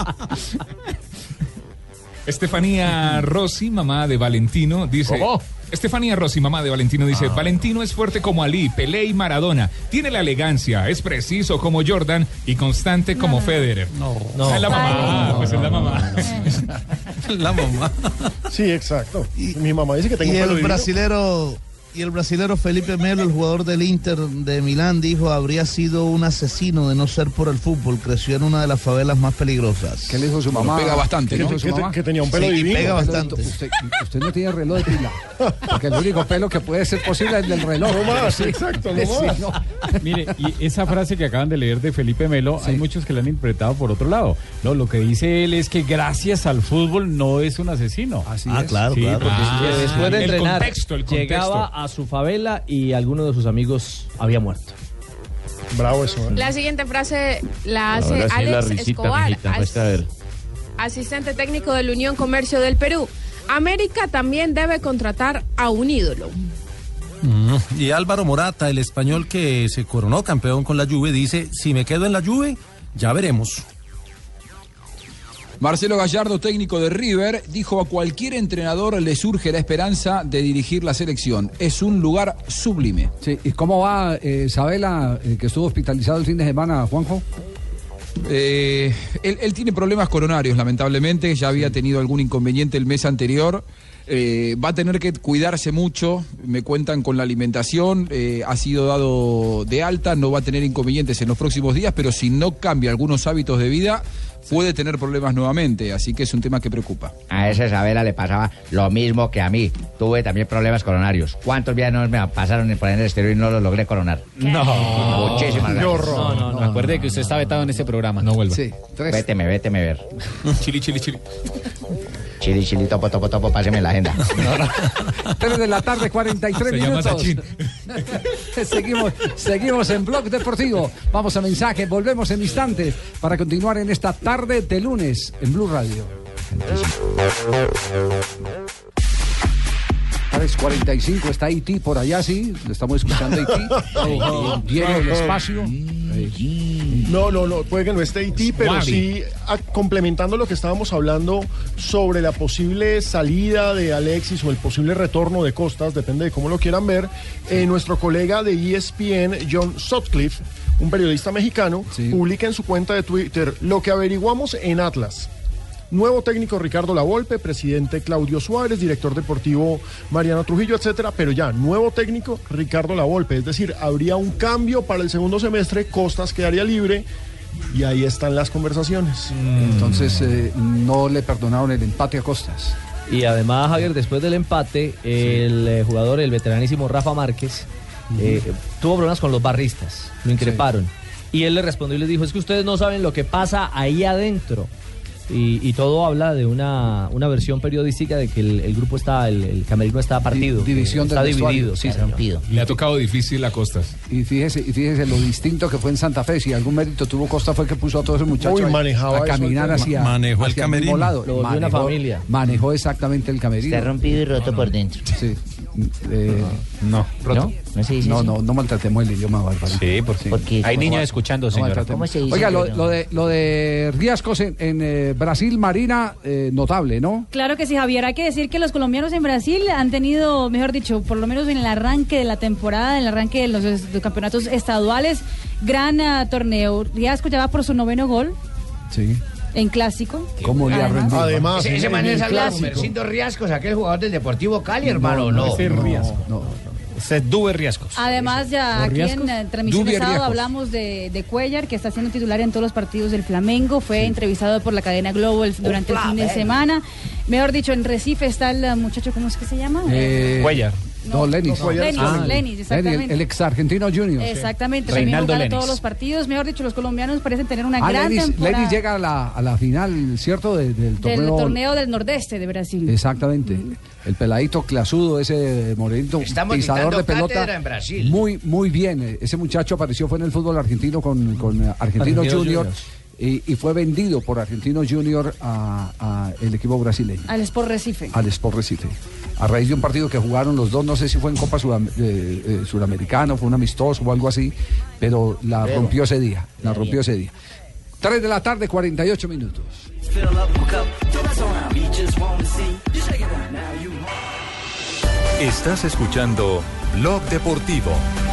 Estefanía Rossi, mamá de Valentino, dice... Estefanía Rossi, mamá de Valentino, dice, Valentino es fuerte como Ali, Pelé y Maradona. Tiene la elegancia, es preciso como Jordan y constante como Federer. No. Es la mamá, pues es la mamá. La mamá. Sí, exacto. Mi mamá dice que tengo pelo divino. Y el brasilero Felipe Melo, el jugador del Inter de Milán, dijo habría sido un asesino de no ser por el fútbol. Creció en una de las favelas más peligrosas. ¿Qué le dijo su mamá? Pega bastante, ¿no? Que tenía un pelo divino. Pega bastante. Usted no tiene reloj de pila. Porque el único pelo que puede ser posible es el del reloj. No más, exacto, no más. No. Mire, y esa frase que acaban de leer de Felipe Melo, hay muchos que la han interpretado por otro lado. No, lo que dice él es que gracias al fútbol no es un asesino. Así es. Claro, sí, claro. Que después de entrenar, el contexto. llegaba a su favela y alguno de sus amigos había muerto. Bravo eso, ¿eh? La siguiente frase la hace Alex Escobar, asistente técnico de la Unión Comercio del Perú. América también debe contratar a un ídolo. Y Álvaro Morata, el español que se coronó campeón con la Juve, dice, si me quedo en la Juve, ya veremos. Marcelo Gallardo, técnico de River, dijo a cualquier entrenador le surge la esperanza de dirigir la selección. Es un lugar sublime. Sí. ¿Y cómo va Sabela, que estuvo hospitalizado el fin de semana, Juanjo? Él tiene problemas coronarios, lamentablemente. Ya había tenido algún inconveniente el mes anterior. Va a tener que cuidarse mucho, me cuentan con la alimentación, ha sido dado de alta, no va a tener inconvenientes en los próximos días, pero si no cambia algunos hábitos de vida, puede tener problemas nuevamente, así que es un tema que preocupa. A esa Isabela le pasaba lo mismo que a mí. Tuve también problemas coronarios. ¿Cuántos viajes me pasaron por el exterior y no los logré coronar? No. Muchísimas gracias. No. Acuerde que usted está vetado en este programa. No vuelva. Sí. Véteme ver. Chili. Chili, topo, páseme la agenda. 3 de la tarde, 43 minutos. Seguimos en Blog Deportivo. Vamos a mensaje, volvemos en instantes para continuar en esta tarde de lunes en Blue Radio. 3:45 está Iti por allá, sí, lo estamos escuchando Iti. Lleno el espacio. No, puede que no esté Iti, pero sí complementando lo que estábamos hablando sobre la posible salida de Alexis o el posible retorno de Costas, depende de cómo lo quieran ver. Nuestro colega de ESPN, John Sutcliffe, un periodista mexicano, publica en su cuenta de Twitter lo que averiguamos en Atlas. Nuevo técnico Ricardo Lavolpe, presidente Claudio Suárez, director deportivo Mariano Trujillo, etcétera, pero ya, nuevo técnico Ricardo Lavolpe, es decir, habría un cambio para el segundo semestre, Costas quedaría libre y ahí están las conversaciones. Entonces, no le perdonaron el empate a Costas. Y además, Javier, después del empate, el jugador, el veteranísimo Rafa Márquez, tuvo problemas con los barristas, lo increparon. Y él le respondió y les dijo, es que ustedes no saben lo que pasa ahí adentro. Y todo habla de una versión periodística de que el grupo está, el camerino está partido. División está del dividido, sí, rompido. Le ha tocado difícil a Costas. Y fíjese lo distinto que fue en Santa Fe. Si algún mérito tuvo Costa fue que puso a todos esos muchachos a caminar hacia el camerino. Lado. Lo volvió una familia. Manejó exactamente el camerino. Está rompido y roto por dentro. Sí. No, roto. No maltratemos el idioma bárbaro. Sí, porque hay niños escuchando, señor. ¿Cómo se dice? Oiga, lo de Riascos en Brasil, Marina, notable, ¿no? Claro que sí, Javier. Hay que decir que los colombianos en Brasil han tenido, mejor dicho, por lo menos en el arranque de la temporada, en el arranque de los campeonatos estaduales, gran torneo. Riascos ya va por su 9º gol. Sí. En clásico. ¿Cómo le ha rendido? Además, ese man es Mercindo Riascos, aquel jugador del Deportivo Cali, hermano. No. Ese es Duber Riascos. Además, ya aquí en transmisión de sábado hablamos de Cuellar, que está siendo titular en todos los partidos del Flamengo. Fue entrevistado por la cadena Globo durante el fin de semana. Mejor dicho, en Recife está el muchacho, ¿cómo es que se llama? Cuellar. No, Lenis. Lenis, exactamente. El ex argentino junior. Exactamente. Reinaldo también Lenis. Todos los partidos. Mejor dicho, los colombianos parecen tener una gran temporada. Lenis llega a la final, ¿cierto? Del torneo del nordeste de Brasil. Exactamente. El peladito clasudo, ese morenito, pisador de pelota. En Brasil. Muy bien. Ese muchacho apareció, fue en el fútbol argentino con Argentino Junior. Y fue vendido por Argentino Junior a el equipo brasileño. Al Sport Recife. A raíz de un partido que jugaron los dos, no sé si fue en Copa Suramericana, fue un amistoso o algo así, pero la rompió ese día. 3 de la tarde, 48 minutos. Estás escuchando Blog Deportivo.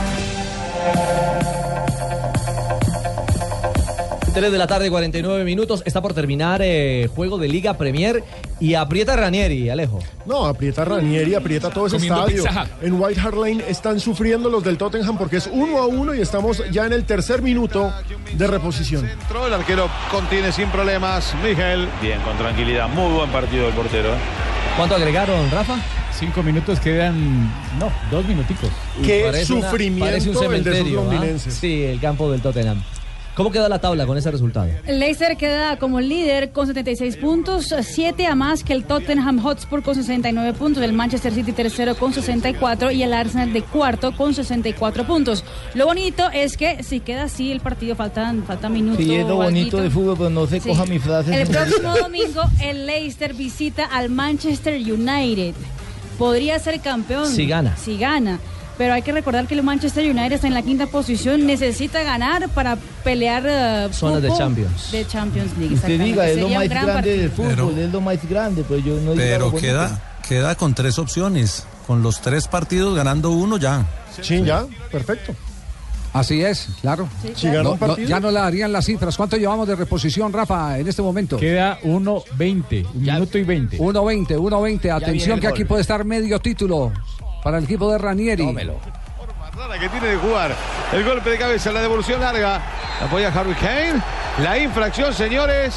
3 de la tarde, 49 minutos. Está por terminar Juego de Liga Premier y aprieta Ranieri, Alejo. No, aprieta Ranieri, aprieta todo ese estadio. En White Hart Lane están sufriendo los del Tottenham porque es 1-1 y estamos ya en el tercer minuto de reposición. El arquero contiene sin problemas. Miguel. Bien, con tranquilidad. Muy buen partido del portero. ¿Cuánto agregaron, Rafa? 5 minutos, quedan 2 minuticos. Qué sufrimiento el de esos londinenses. Sí, el campo del Tottenham. ¿Cómo queda la tabla con ese resultado? El Leicester queda como líder con 76 puntos, 7 a más que el Tottenham Hotspur con 69 puntos, el Manchester City tercero con 64 y el Arsenal de cuarto con 64 puntos. Lo bonito es que si queda así el partido, falta minutos. Sí, es lo bonito de fútbol, pero no se coja mi frase. El próximo domingo el Leicester visita al Manchester United. Podría ser campeón. Si gana. Pero hay que recordar que el Manchester United está en la 5ª posición, necesita ganar para pelear zonas de Champions. De Champions League. Usted diga, es lo más grande del fútbol, es lo más grande, pero yo no. Pero queda con 3 opciones, con los 3 partidos ganando uno ya. Sí, ya, perfecto. Así es, claro. Sí. Si ganó un partido. Ya no le darían las cifras. ¿Cuánto llevamos de reposición, Rafa, en este momento? Queda 1:20, un minuto y 20. 1:20. Atención que aquí puede estar medio título para el equipo de Ranieri. Tómelo. Rara que tiene de jugar. El golpe de cabeza, la devolución larga. La apoya Harry Kane. La infracción, señores.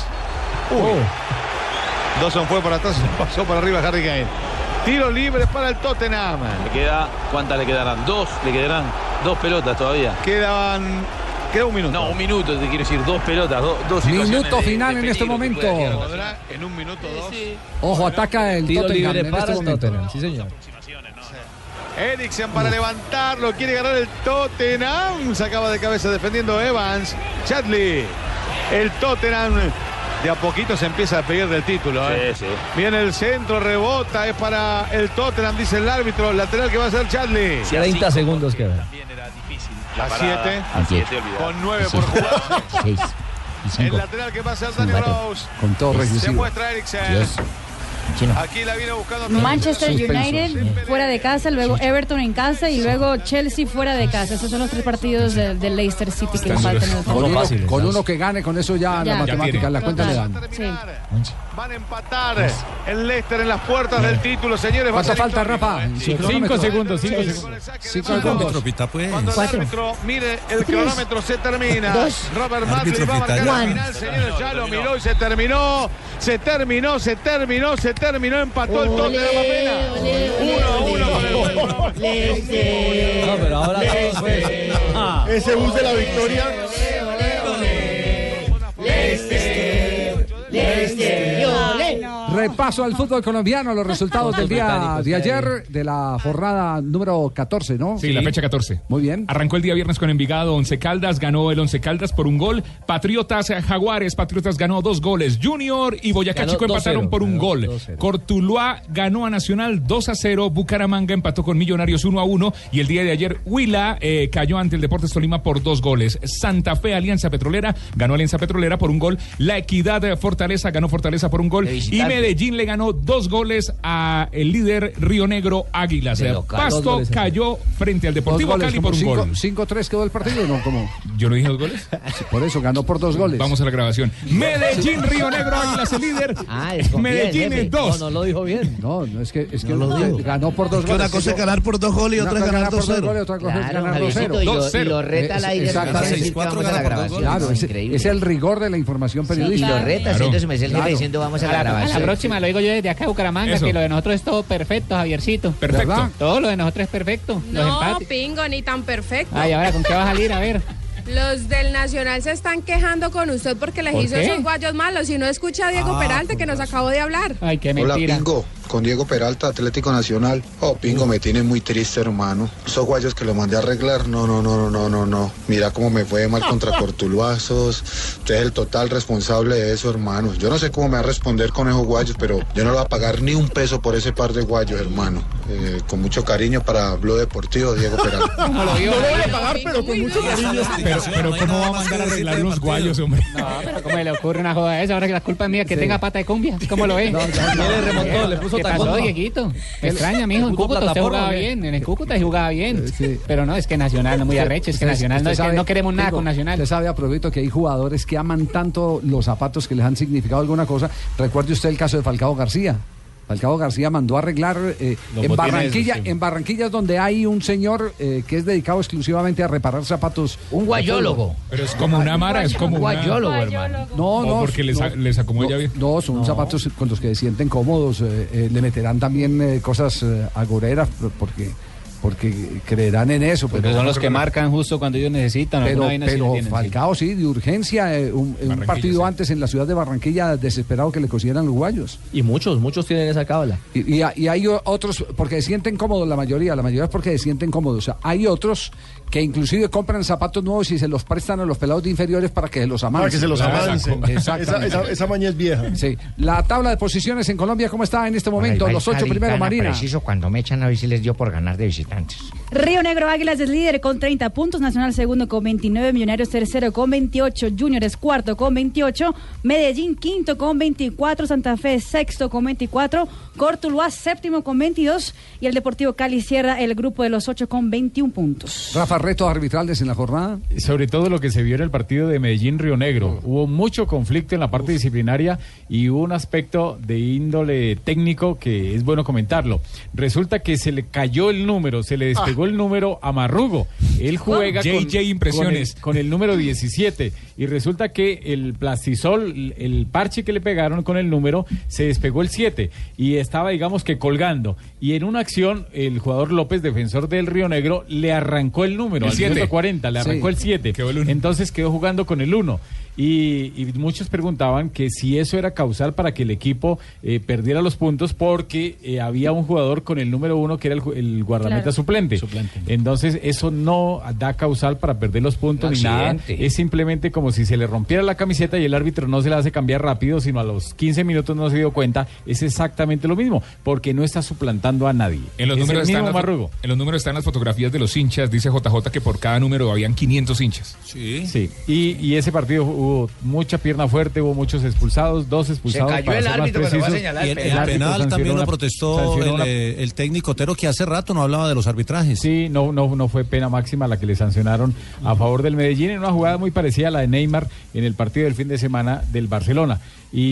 Dawson fue para atrás, pasó para arriba Harry Kane. Tiro libre para el Tottenham. ¿Cuántas le quedarán? Le quedarán 2 pelotas todavía. Queda un minuto. No, un minuto, te quiero decir, 2 pelotas, dos situaciones. Minuto final en este momento. En un minuto 2. Ojo, ataca el tiro Tottenham libre en para este momento. Tottenham. Sí, señor. Eriksen para levantarlo, quiere ganar el Tottenham. Sacaba de cabeza defendiendo Evans. Chadli. El Tottenham de a poquito se empieza a pedir del título. Sí. Viene el centro, rebota, es para el Tottenham, dice el árbitro. Lateral que va a ser Chadli. 30 segundos queda. También era difícil. A 7. Con 9 por jugar. 6 y 5. El lateral que va a ser Danny Rose. Con todo Se requisito. muestra Eriksen. Aquí la viene buscando. Manchester Suspenso. United fuera de casa, luego Everton en casa y luego Chelsea fuera de casa. Esos son los 3 partidos del Leicester City que le faltan en el torneo. Con uno que gane, con eso ya la matemática, la cuenta le dan. Sí. Van a empatar el Leicester en las puertas del título, señores. ¿Cuánto falta, Rafa? 5 segundos. 5 segundos. Cuando el árbitro mire el cronómetro se termina. Robert Madley va a marcar el final, señores. Ya lo miró y se terminó. Se terminó, empató el Tottenham apenas. 1-1 con el juego. No, pero ahora Ese bus de la victoria. Repaso al fútbol colombiano, los resultados del día de ayer, de la jornada número 14, ¿no? Sí, la fecha 14. Muy bien. Arrancó el día viernes con Envigado, Once Caldas, ganó el Once Caldas por 1 gol. Patriotas, Jaguares, Patriotas ganó 2 goles. Junior y Boyacá Chico empataron por 1 gol. 2-0. Cortuluá ganó a Nacional 2-0. Bucaramanga empató con Millonarios 1-1. Y el día de ayer, Huila cayó ante el Deportes Tolima por 2 goles. Santa Fe, Alianza Petrolera, ganó Alianza Petrolera por 1 gol. La Equidad, Fortaleza, ganó Fortaleza por 1 gol. Y Medellín le ganó 2 goles a el líder Río Negro Águilas. Pasto cayó frente al Deportivo Cali por 1 gol. 5-3 quedó el partido, ¿no? ¿Cómo? ¿Yo no dije 2 goles? Sí, por eso, ganó por 2 goles. Vamos a la grabación. Medellín, Río Negro Águilas, el líder. Medellín es 2. No lo dijo bien. No, es que no ganó por 2 goles. Una cosa es ganar por 2 goles y otra es ganar 2-0. Otra cosa es ganar 2-0. Y lo reta al aire. Claro, es el rigor de la información periodística. Y lo reta, entonces me el jefe diciendo vamos a la grabación. A la próxima lo digo yo desde acá, Bucaramanga, que lo de nosotros es todo perfecto, Javiercito. Perfecto. ¿Verdad? Todo lo de nosotros es perfecto. No, Pingo, ni tan perfecto. Ay, ahora, ¿con qué va a salir? A ver. Los del Nacional se están quejando con usted porque les hizo esos guayos malos. Y no escucha a Diego Peralta, que nos acabó de hablar. Ay, qué mentira. Hola, Pingo. Con Diego Peralta, Atlético Nacional. Oh, Pingo, me tiene muy triste, hermano. Esos guayos que lo mandé a arreglar, no. Mira cómo me fue mal contra Cortuluazos. Usted es el total responsable de eso, hermano. Yo no sé cómo me va a responder con esos guayos, pero yo no le voy a pagar ni un peso por ese par de guayos, hermano. Con mucho cariño para Blog Deportivo, Diego Peralta. No lo voy a pagar, pero con mucho cariño. Pero ¿cómo va a mandar a arreglar los guayos, hombre? No, pero ¿cómo le ocurre una joda esa? Ahora que la culpa es mía que tenga pata de cumbia. ¿Cómo lo ve? Le remontó, le puso ¿Qué pasó, Dieguito? Me extraña, mijo. En Cúcuta usted jugaba bien. En el Cúcuta se jugaba bien. Pero no, es que Nacional no muy arrecho. Es que Nacional no queremos nada con Nacional. Usted sabe, a propósito, que hay jugadores que aman tanto los zapatos que les han significado alguna cosa. Recuerde usted el caso de Falcao García. Falcao García mandó a arreglar en Barranquilla, en Barranquilla es donde hay un señor que es dedicado exclusivamente a reparar zapatos. Un guayólogo. Pero es como una mara, es como un guayólogo, hermano. No, porque les acomoda bien. No, son zapatos con los que se sienten cómodos. Le meterán también cosas agoreras porque creerán en eso. Porque son los que marcan justo cuando ellos necesitan. Pero Falcao sí, de urgencia, un partido antes en la ciudad de Barranquilla, desesperado que le cosieran los guayos. Y muchos tienen esa cábala. Y hay otros, porque se sienten cómodos, la mayoría es porque se sienten cómodos. O sea, hay otros que inclusive compran zapatos nuevos y se los prestan a los pelados de inferiores para que los amancen. Para que se los amancen. Exactamente. Esa maña es vieja. Sí. La tabla de posiciones en Colombia, ¿cómo está en este momento? Los 8 primeros, Marina. Preciso cuando me echan a ver si les dio por ganar de visitantes. Río Negro Águilas es líder con 30 puntos, Nacional segundo con 29, Millonarios tercero con 28, Juniors cuarto con 28, Medellín quinto con 24, Santa Fe sexto con 24, Cortuluá séptimo con 22 y el Deportivo Cali cierra el grupo de los 8 con 21 puntos. Rafa, retos arbitrales en la jornada. Sobre todo lo que se vio en el partido de Medellín-Río Negro. Hubo mucho conflicto en la parte disciplinaria y hubo un aspecto de índole técnico que es bueno comentarlo. Resulta que se le cayó el número, se le despegó el número a Marrugo. Él juega con el número 17 y resulta que el plastisol, el parche que le pegaron con el número, se despegó el 7 y estaba, digamos que colgando. Y en una acción, el jugador López, defensor del Río Negro, le arrancó el número, el 140, le arrancó el 7. Entonces quedó jugando con el 1. Y muchos preguntaban que si eso era causal para que el equipo perdiera los puntos porque había un jugador con el número 1 que era el guardameta suplente. Entonces eso no da causal para perder los puntos ni nada. Es simplemente como si se le rompiera la camiseta y el árbitro no se la hace cambiar rápido, sino a los 15 minutos no se dio cuenta. Es exactamente lo mismo, porque no está suplantando a nadie. En los números están las fotografías de los hinchas. Dice JJ que por cada número habían 500 hinchas. Sí. Y ese partido hubo mucha pierna fuerte, hubo muchos expulsados, 2 expulsados. Se cayó el árbitro cuando va a señalar el penal también lo protestó el técnico Otero, que hace rato no hablaba de los arbitrajes. Sí, no fue pena máxima la que le sancionaron a favor del Medellín en una jugada muy parecida a la de Neymar en el partido del fin de semana del Barcelona.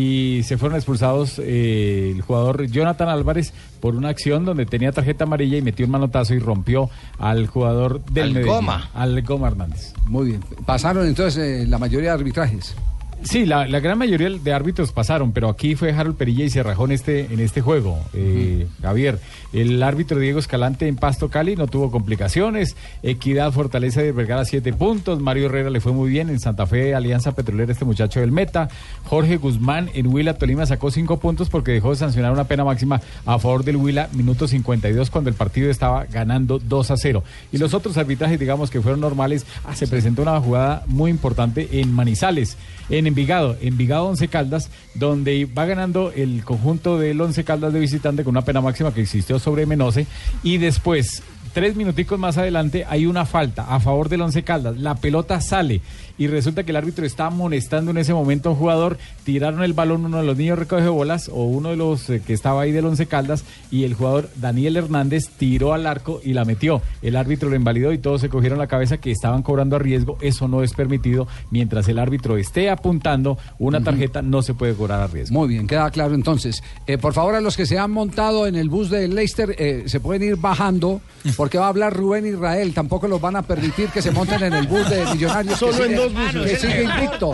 Y se fueron expulsados el jugador Jonathan Álvarez por una acción donde tenía tarjeta amarilla y metió un manotazo y rompió al jugador del Medellín, al Goma Hernández. Muy bien. Pasaron entonces la mayoría de arbitrajes. Sí, la gran mayoría de árbitros pasaron, pero aquí fue Harold Perilla y se rajó en este juego, Javier. El árbitro Diego Escalante en Pasto Cali no tuvo complicaciones. Equidad, Fortaleza de Vergara 7 puntos. Mario Herrera le fue muy bien en Santa Fe, Alianza Petrolera, este muchacho del Meta. Jorge Guzmán en Huila Tolima sacó 5 puntos porque dejó de sancionar una pena máxima a favor del Huila, minuto 52, cuando el partido estaba ganando 2-0. Y los otros arbitrajes, digamos que fueron normales. Se presentó una jugada muy importante en Manizales, en Envigado 11 Caldas, donde va ganando el conjunto del 11 Caldas de visitante con una pena máxima que existió sobre Menose, y después 3 minuticos más adelante hay una falta a favor del 11 Caldas, la pelota sale y resulta que el árbitro está amonestando en ese momento a un jugador, tiraron el balón uno de los niños recogebolas o uno de los que estaba ahí del 11 Caldas y el jugador Daniel Hernández tiró al arco y la metió, el árbitro lo invalidó y todos se cogieron la cabeza que estaban cobrando a riesgo. Eso no es permitido, mientras el árbitro esté apuntando una tarjeta no se puede cobrar a riesgo. Muy bien, queda claro entonces. Por favor, a los que se han montado en el bus de Leicester se pueden ir bajando porque va a hablar Rubén Israel, tampoco los van a permitir que se monten en el bus de Millonarios. Solo en 2 buses. Que sigue invicto.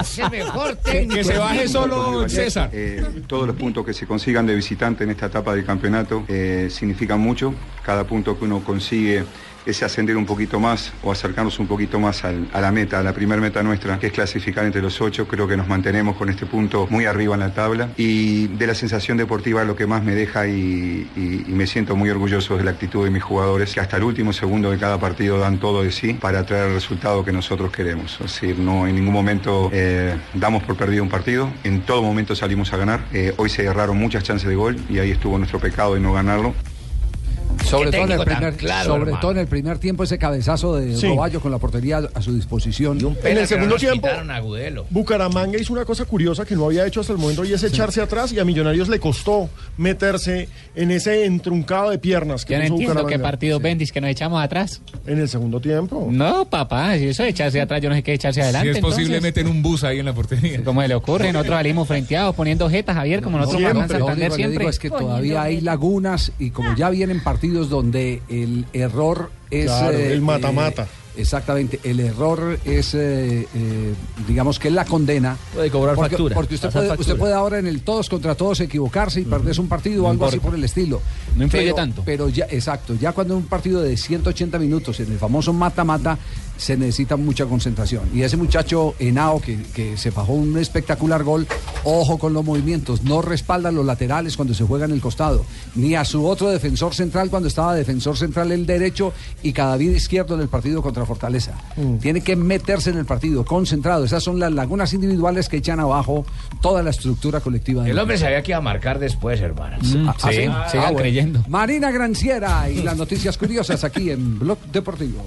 Que se baje solo César. Todos los puntos que se consigan de visitante en esta etapa del campeonato significan mucho. Cada punto que uno consigue es ascender un poquito más o acercarnos un poquito más a la meta, a la primera meta nuestra, que es clasificar entre los 8. Creo que nos mantenemos con este punto muy arriba en la tabla, y de la sensación deportiva lo que más me deja y me siento muy orgulloso de la actitud de mis jugadores, que hasta el último segundo de cada partido dan todo de sí para traer el resultado que nosotros queremos. Es decir, no en ningún momento damos por perdido un partido, en todo momento salimos a ganar. Hoy se erraron muchas chances de gol y ahí estuvo nuestro pecado de no ganarlo. Sobre todo en el primer tiempo, ese cabezazo de Roballo con la portería a su disposición. Y en el segundo tiempo, Bucaramanga hizo una cosa curiosa que no había hecho hasta el momento, y es echarse atrás, y a Millonarios le costó meterse en ese entruncado de piernas que yo no puso entiendo Bucaramanga. qué partido Bendis que nos echamos atrás. En el segundo tiempo. No, papá, si eso de echarse atrás, yo no sé qué echarse adelante. Si es posible, entonces, meten un bus ahí en la portería. Como le ocurre, nosotros salimos frenteados, poniendo jetas, Javier, como nosotros en Santander siempre. Es que todavía hay lagunas, y como ya vienen partidos donde el error es... Claro, el mata-mata. Exactamente, el error es, digamos que es la condena. Puede cobrar factura. Porque usted puede ahora en el todos contra todos equivocarse y perderse un partido o algo así por el estilo. No influye tanto. Pero ya, exacto, ya cuando un partido de 180 minutos, en el famoso mata-mata, se necesita mucha concentración. Y ese muchacho Henao, que se fajó un espectacular gol, ojo con los movimientos, no respalda los laterales cuando se juega en el costado, ni a su otro defensor central cuando estaba defensor central el derecho y Cadavid izquierdo en el partido contra nuestra fortaleza. Tiene que meterse en el partido, concentrado. Esas son las lagunas individuales que echan abajo toda la estructura colectiva. El hombre sabía que iba a marcar después, hermano. Sigan creyendo. Marina Granciera y las noticias curiosas aquí en Blog Deportivo.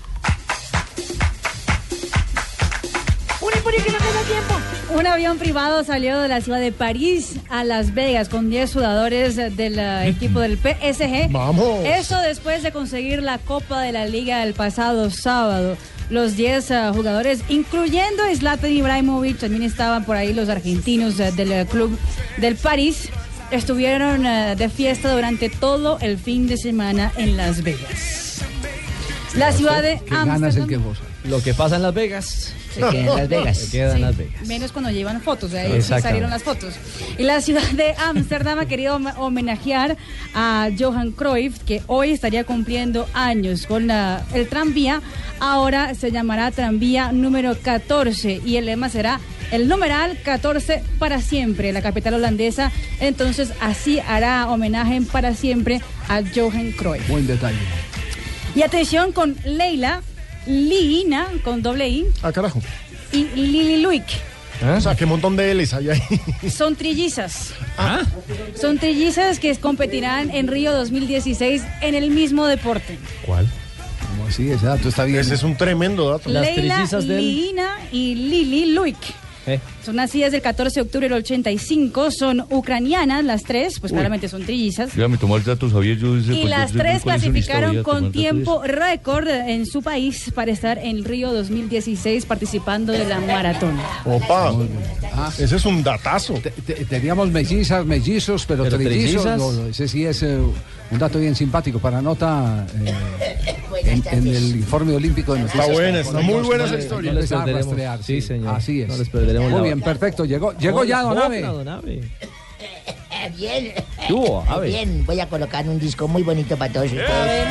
Un avión privado salió de la ciudad de París a Las Vegas con 10 jugadores del equipo del PSG. ¡Vamos! Eso después de conseguir la Copa de la Liga el pasado sábado. Los 10 jugadores, incluyendo a Zlatan Ibrahimovic, también estaban por ahí los argentinos del club del París, estuvieron de fiesta durante todo el fin de semana en Las Vegas. La ciudad de Ámsterdam. Lo que pasa en Las Vegas. Se queda en Las Vegas. Se queda en Las Vegas. Menos cuando llevan fotos, de ahí salieron las fotos. Y la ciudad de Ámsterdam ha querido homenajear a Johan Cruyff, que hoy estaría cumpliendo años con el tranvía. Ahora se llamará tranvía número 14 y el lema será el numeral 14 para siempre. La capital holandesa entonces así hará homenaje para siempre a Johan Cruyff. Buen detalle. Y atención con Leila Liina, con doble I. Ah, carajo. Y Lili Luik. O sea, qué montón de L's hay ahí. Son trillizas. Son trillizas que competirán en Río 2016 en el mismo deporte. ¿Cuál? ¿Cómo así? Ese dato está bien. Ese es un tremendo dato. Leila Liina y Lili Luik. Son nacidas el 14 de octubre del 85, son ucranianas las tres, pues claramente son trillizas. Ya me tomó el dato, Javier, y las tres clasificaron con tiempo récord en su país para estar en Río 2016 participando de la maratón. Opa, ese es un datazo. Teníamos mellizos, pero trillizos. No, ese sí es un dato bien simpático para nota en el informe olímpico de noticias. Está buena, está muy buena esa historia. No les perderemos. Sí, señor. Así es. No les perderemos. Muy bien, perfecto. Llegó ya Don Ave. Bien. Bien, voy a colocar un disco muy bonito para todos ustedes.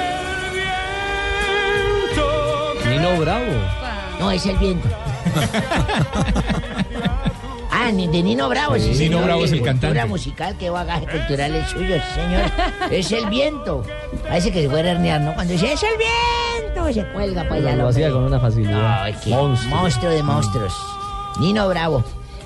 Nino Bravo. No, es el viento. De Nino Bravo, sí, Nino Bravo es el cantante. Cultura musical, qué bagaje cultural el suyo, sí, señor. Es el viento. Parece que se fuera a herniar, ¿no? Cuando dice, es el viento, se cuelga para allá. Lo hacía con una facilidad. Ay, qué monstruo de monstruos. Nino Bravo.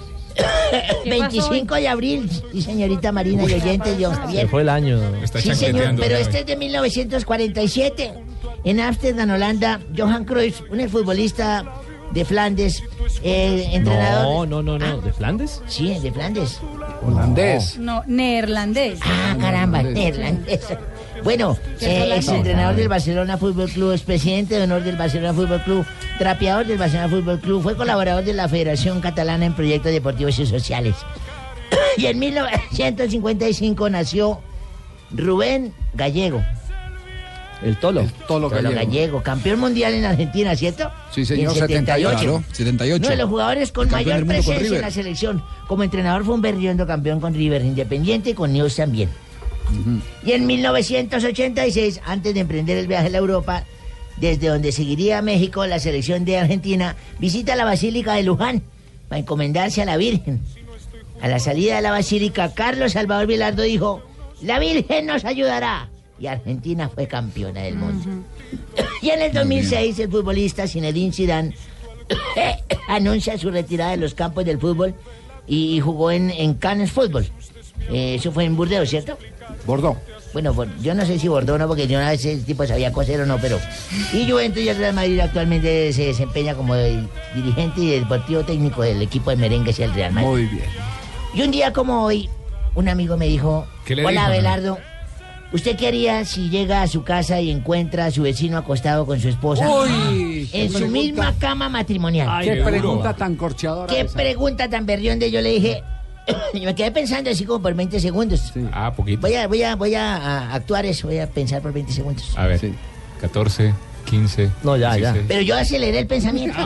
25 de abril, sí, señorita Marina y oyentes, John Javier. Se fue el año. Sí, señor, pero este es de 1947. En Ámsterdam, Holanda, Johan Cruyff, un futbolista de Flandes, entrenador. No. ¿De Flandes? Sí, de Flandes. Holandés. No, neerlandés. Ah, caramba, neerlandés. Bueno, ex entrenador del Barcelona Fútbol Club, es presidente de honor del Barcelona Fútbol Club, trapeador del Barcelona Fútbol Club, fue colaborador de la Federación Catalana en proyectos deportivos y sociales. Y en 1955 nació Rubén Gallego. El Tolo. El Tolo Gallego, campeón mundial en Argentina, ¿cierto? Sí, señor, 78. Claro, 78. Uno de los jugadores con mayor presencia en la selección. Como entrenador fue un berriondo campeón con River, Independiente y con News también. Y en 1986, antes de emprender el viaje a la Europa, desde donde seguiría a México, la selección de Argentina visita la Basílica de Luján para encomendarse a la Virgen. A la salida de la Basílica, Carlos Salvador Vilardo dijo, la Virgen nos ayudará. Y Argentina fue campeona del mundo. Y en el 2006, el futbolista Zinedine Zidane anuncia su retirada de los campos del fútbol y jugó en Cannes Fútbol. Eso fue en Burdeos, ¿cierto? Bordeaux. Bueno, yo no sé si Bordeaux o no, porque yo no sé si ese tipo sabía coser o no, pero... Y Juventus y el Real Madrid actualmente se desempeña como el dirigente y deportivo técnico del equipo de merengues y el Real Madrid. Muy bien. Y un día como hoy, un amigo me dijo, hola, Abelardo, ¿usted qué haría si llega a su casa y encuentra a su vecino acostado con su esposa? ¡Uy! En su misma cama matrimonial. Ay, qué pregunta tan corchadora. Qué pregunta tan berrionde. Yo le dije... Yo me quedé pensando así como por 20 segundos. Sí. Poquito. Voy a actuar eso, voy a pensar por 20 segundos. A ver, 14, 15... No, ya. Pero yo aceleré el pensamiento.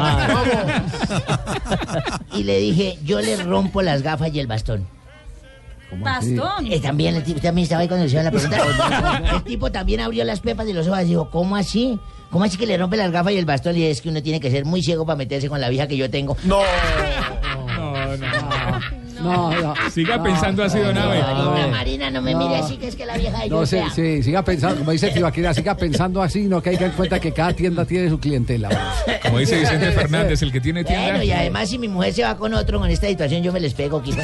Y le dije, yo le rompo las gafas y el bastón. ¿Bastón? También el tipo también estaba ahí cuando hicieron la pregunta. El tipo también abrió las pepas de los ojos y dijo, ¿cómo así? ¿Cómo así que le rompe las gafas y el bastón? Y es que uno tiene que ser muy ciego para meterse con la vieja que yo tengo. No. No. Siga pensando así, don Abe. Marina, no me mire así, que es que la vieja de sí, siga pensando, como dice Tibaquira, siga pensando así, no que hay que dar en cuenta que cada tienda tiene su clientela. Como dice Vicente Fernández, el que tiene tienda. Bueno, y además si mi mujer se va con otro en esta situación, yo me les pego, aquí.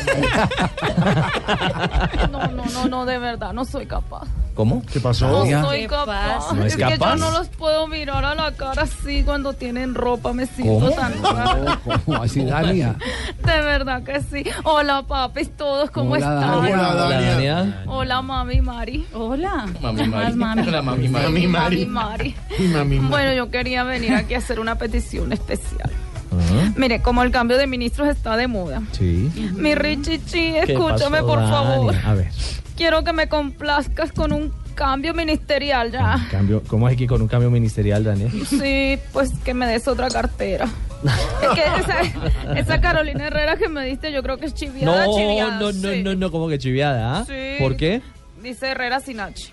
No, de verdad, no soy capaz. ¿Cómo? ¿Qué pasó? No soy capaz. ¿No es que capaz? yo no los puedo mirar a la cara así cuando tienen ropa, me siento tan rara. ¿Cómo así, Dania? De verdad que sí. Hola, papis, todos, ¿cómo están? Hola, Dania. Hola, mami Mari. Hola. Mami Mari. Hola, mami Mari. Bueno, yo quería venir aquí a hacer una petición especial. Mire, como el cambio de ministros está de moda. Sí. Mi Richichi, escúchame por favor. A ver. Quiero que me complazcas con un cambio ministerial ya. ¿Cómo es aquí con un cambio ministerial, Daniel? Sí, pues que me des otra cartera. Es que esa Carolina Herrera que me diste, yo creo que es chiviada. No, ¿cómo que chiviada? Sí. ¿Por qué? Dice Herrera sin H.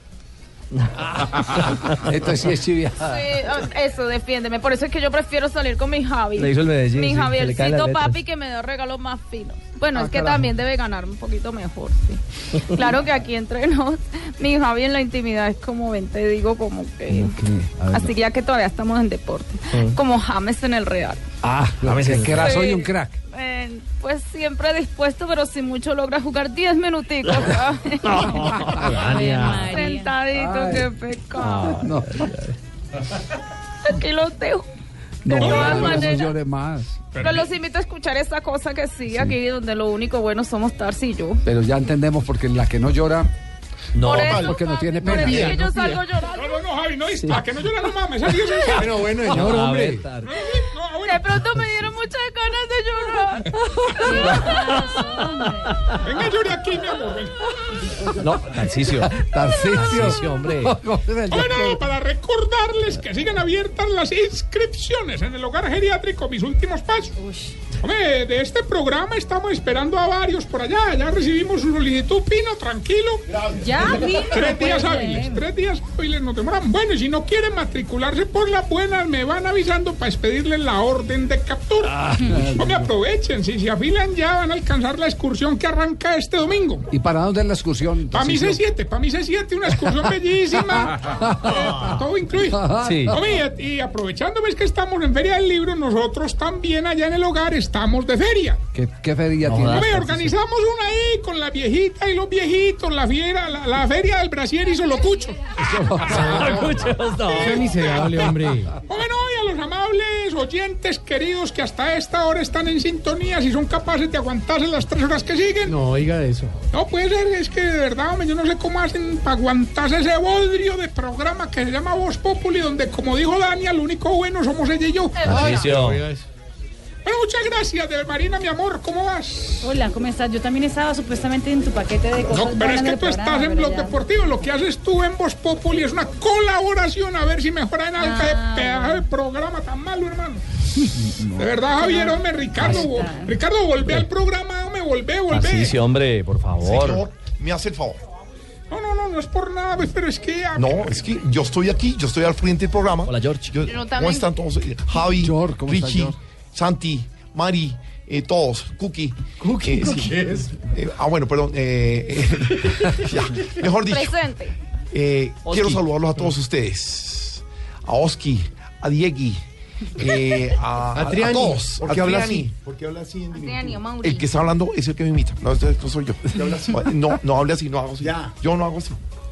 Esto sí es chiviada. Sí, eso, defiéndeme. Por eso es que yo prefiero salir con mi Javi. Le hizo el Medellín. Mi sí, Javiercito papi que me da regalos más finos. Bueno, es que carajo, también debe ganar un poquito mejor, sí. Claro que aquí entre nos, mi Javi en la intimidad es como, te digo, como que... Así que ya que todavía estamos en deporte. Como James en el Real. James en el Real. Soy un crack. Pues siempre dispuesto, pero si mucho logra jugar 10 minuticos. Sentadito, qué pecado. Aquí los dejo. De todas maneras. No llore más. Pero los invito a escuchar esta cosa que sigue aquí, donde lo único bueno somos Tarsi y yo. Pero ya entendemos porque la que no llora... No, porque no tiene pena. Por eso es que yo salgo llorando. No, Javi, no, para que no llora no mames. Bueno, señor, hombre. De pronto me dieron muchas ganas de llorar. Venga, llore aquí, mi amor. No, Tarcisio, hombre. Bueno, para recordarles que sigan abiertas las inscripciones en el hogar geriátrico Mis Últimos Pasos. Hombre, de este programa estamos esperando a varios por allá. Ya recibimos su solicitud, Pino, tranquilo. Ya, Pino. 3 días hábiles nos demoran. Bueno, y si no quieren matricularse por las buenas, me van avisando para expedirles la orden de captura. Hombre, aprovechen. Si se afilan ya, van a alcanzar la excursión que arranca este domingo. ¿Y para dónde es la excursión? Para mí C7, una excursión bellísima. Todo incluido. Sí. Hombre, y aprovechándome es que estamos en Feria del Libro, nosotros también allá en el hogar estamos de feria. ¿Qué feria tiene? Hombre, organizamos una ahí con la viejita y los viejitos, la feria del brasier y Solocucho. Qué miserable, hombre. Bueno, y a los amables oyentes queridos que hasta esta hora están en sintonía, si son capaces de aguantarse las 3 horas que siguen. No, oiga eso. No puede ser, es que de verdad, hombre, yo no sé cómo hacen para aguantarse ese bodrio de programa que se llama Voz Populi, donde, como dijo Daniel, lo único bueno somos ella y yo. Bueno, muchas gracias, Marina, mi amor, ¿cómo vas? Hola, ¿cómo estás? Yo también estaba supuestamente en tu paquete de cosas. No, pero es que tú estás en Blog Deportivo, lo que haces tú en Voz Populi es una colaboración, a ver si mejora en algo de pedazo de programa tan malo, hermano. De verdad, Javier, hombre, Ricardo, volvé al programa, hombre, volvé. Sí, hombre, por favor. Señor, me hace el favor. No es por nada, pero es que... No, es que yo estoy aquí, yo estoy al frente del programa. Hola, George. ¿Cómo están todos? Javi, George, ¿cómo Richie, está, Santi, Mari, todos, Cookie. ¿Qué sí. es? Bueno, perdón. Ya, mejor dicho. Presente. Quiero saludarlos a todos ustedes. A Oski, a Diegui, a todos. ¿Por qué habla así? ¿Por qué habla así en Triani, Mauri. El que está hablando es el que me imita. No soy yo. No hable así, no hago así. Ya. Yo no hago así.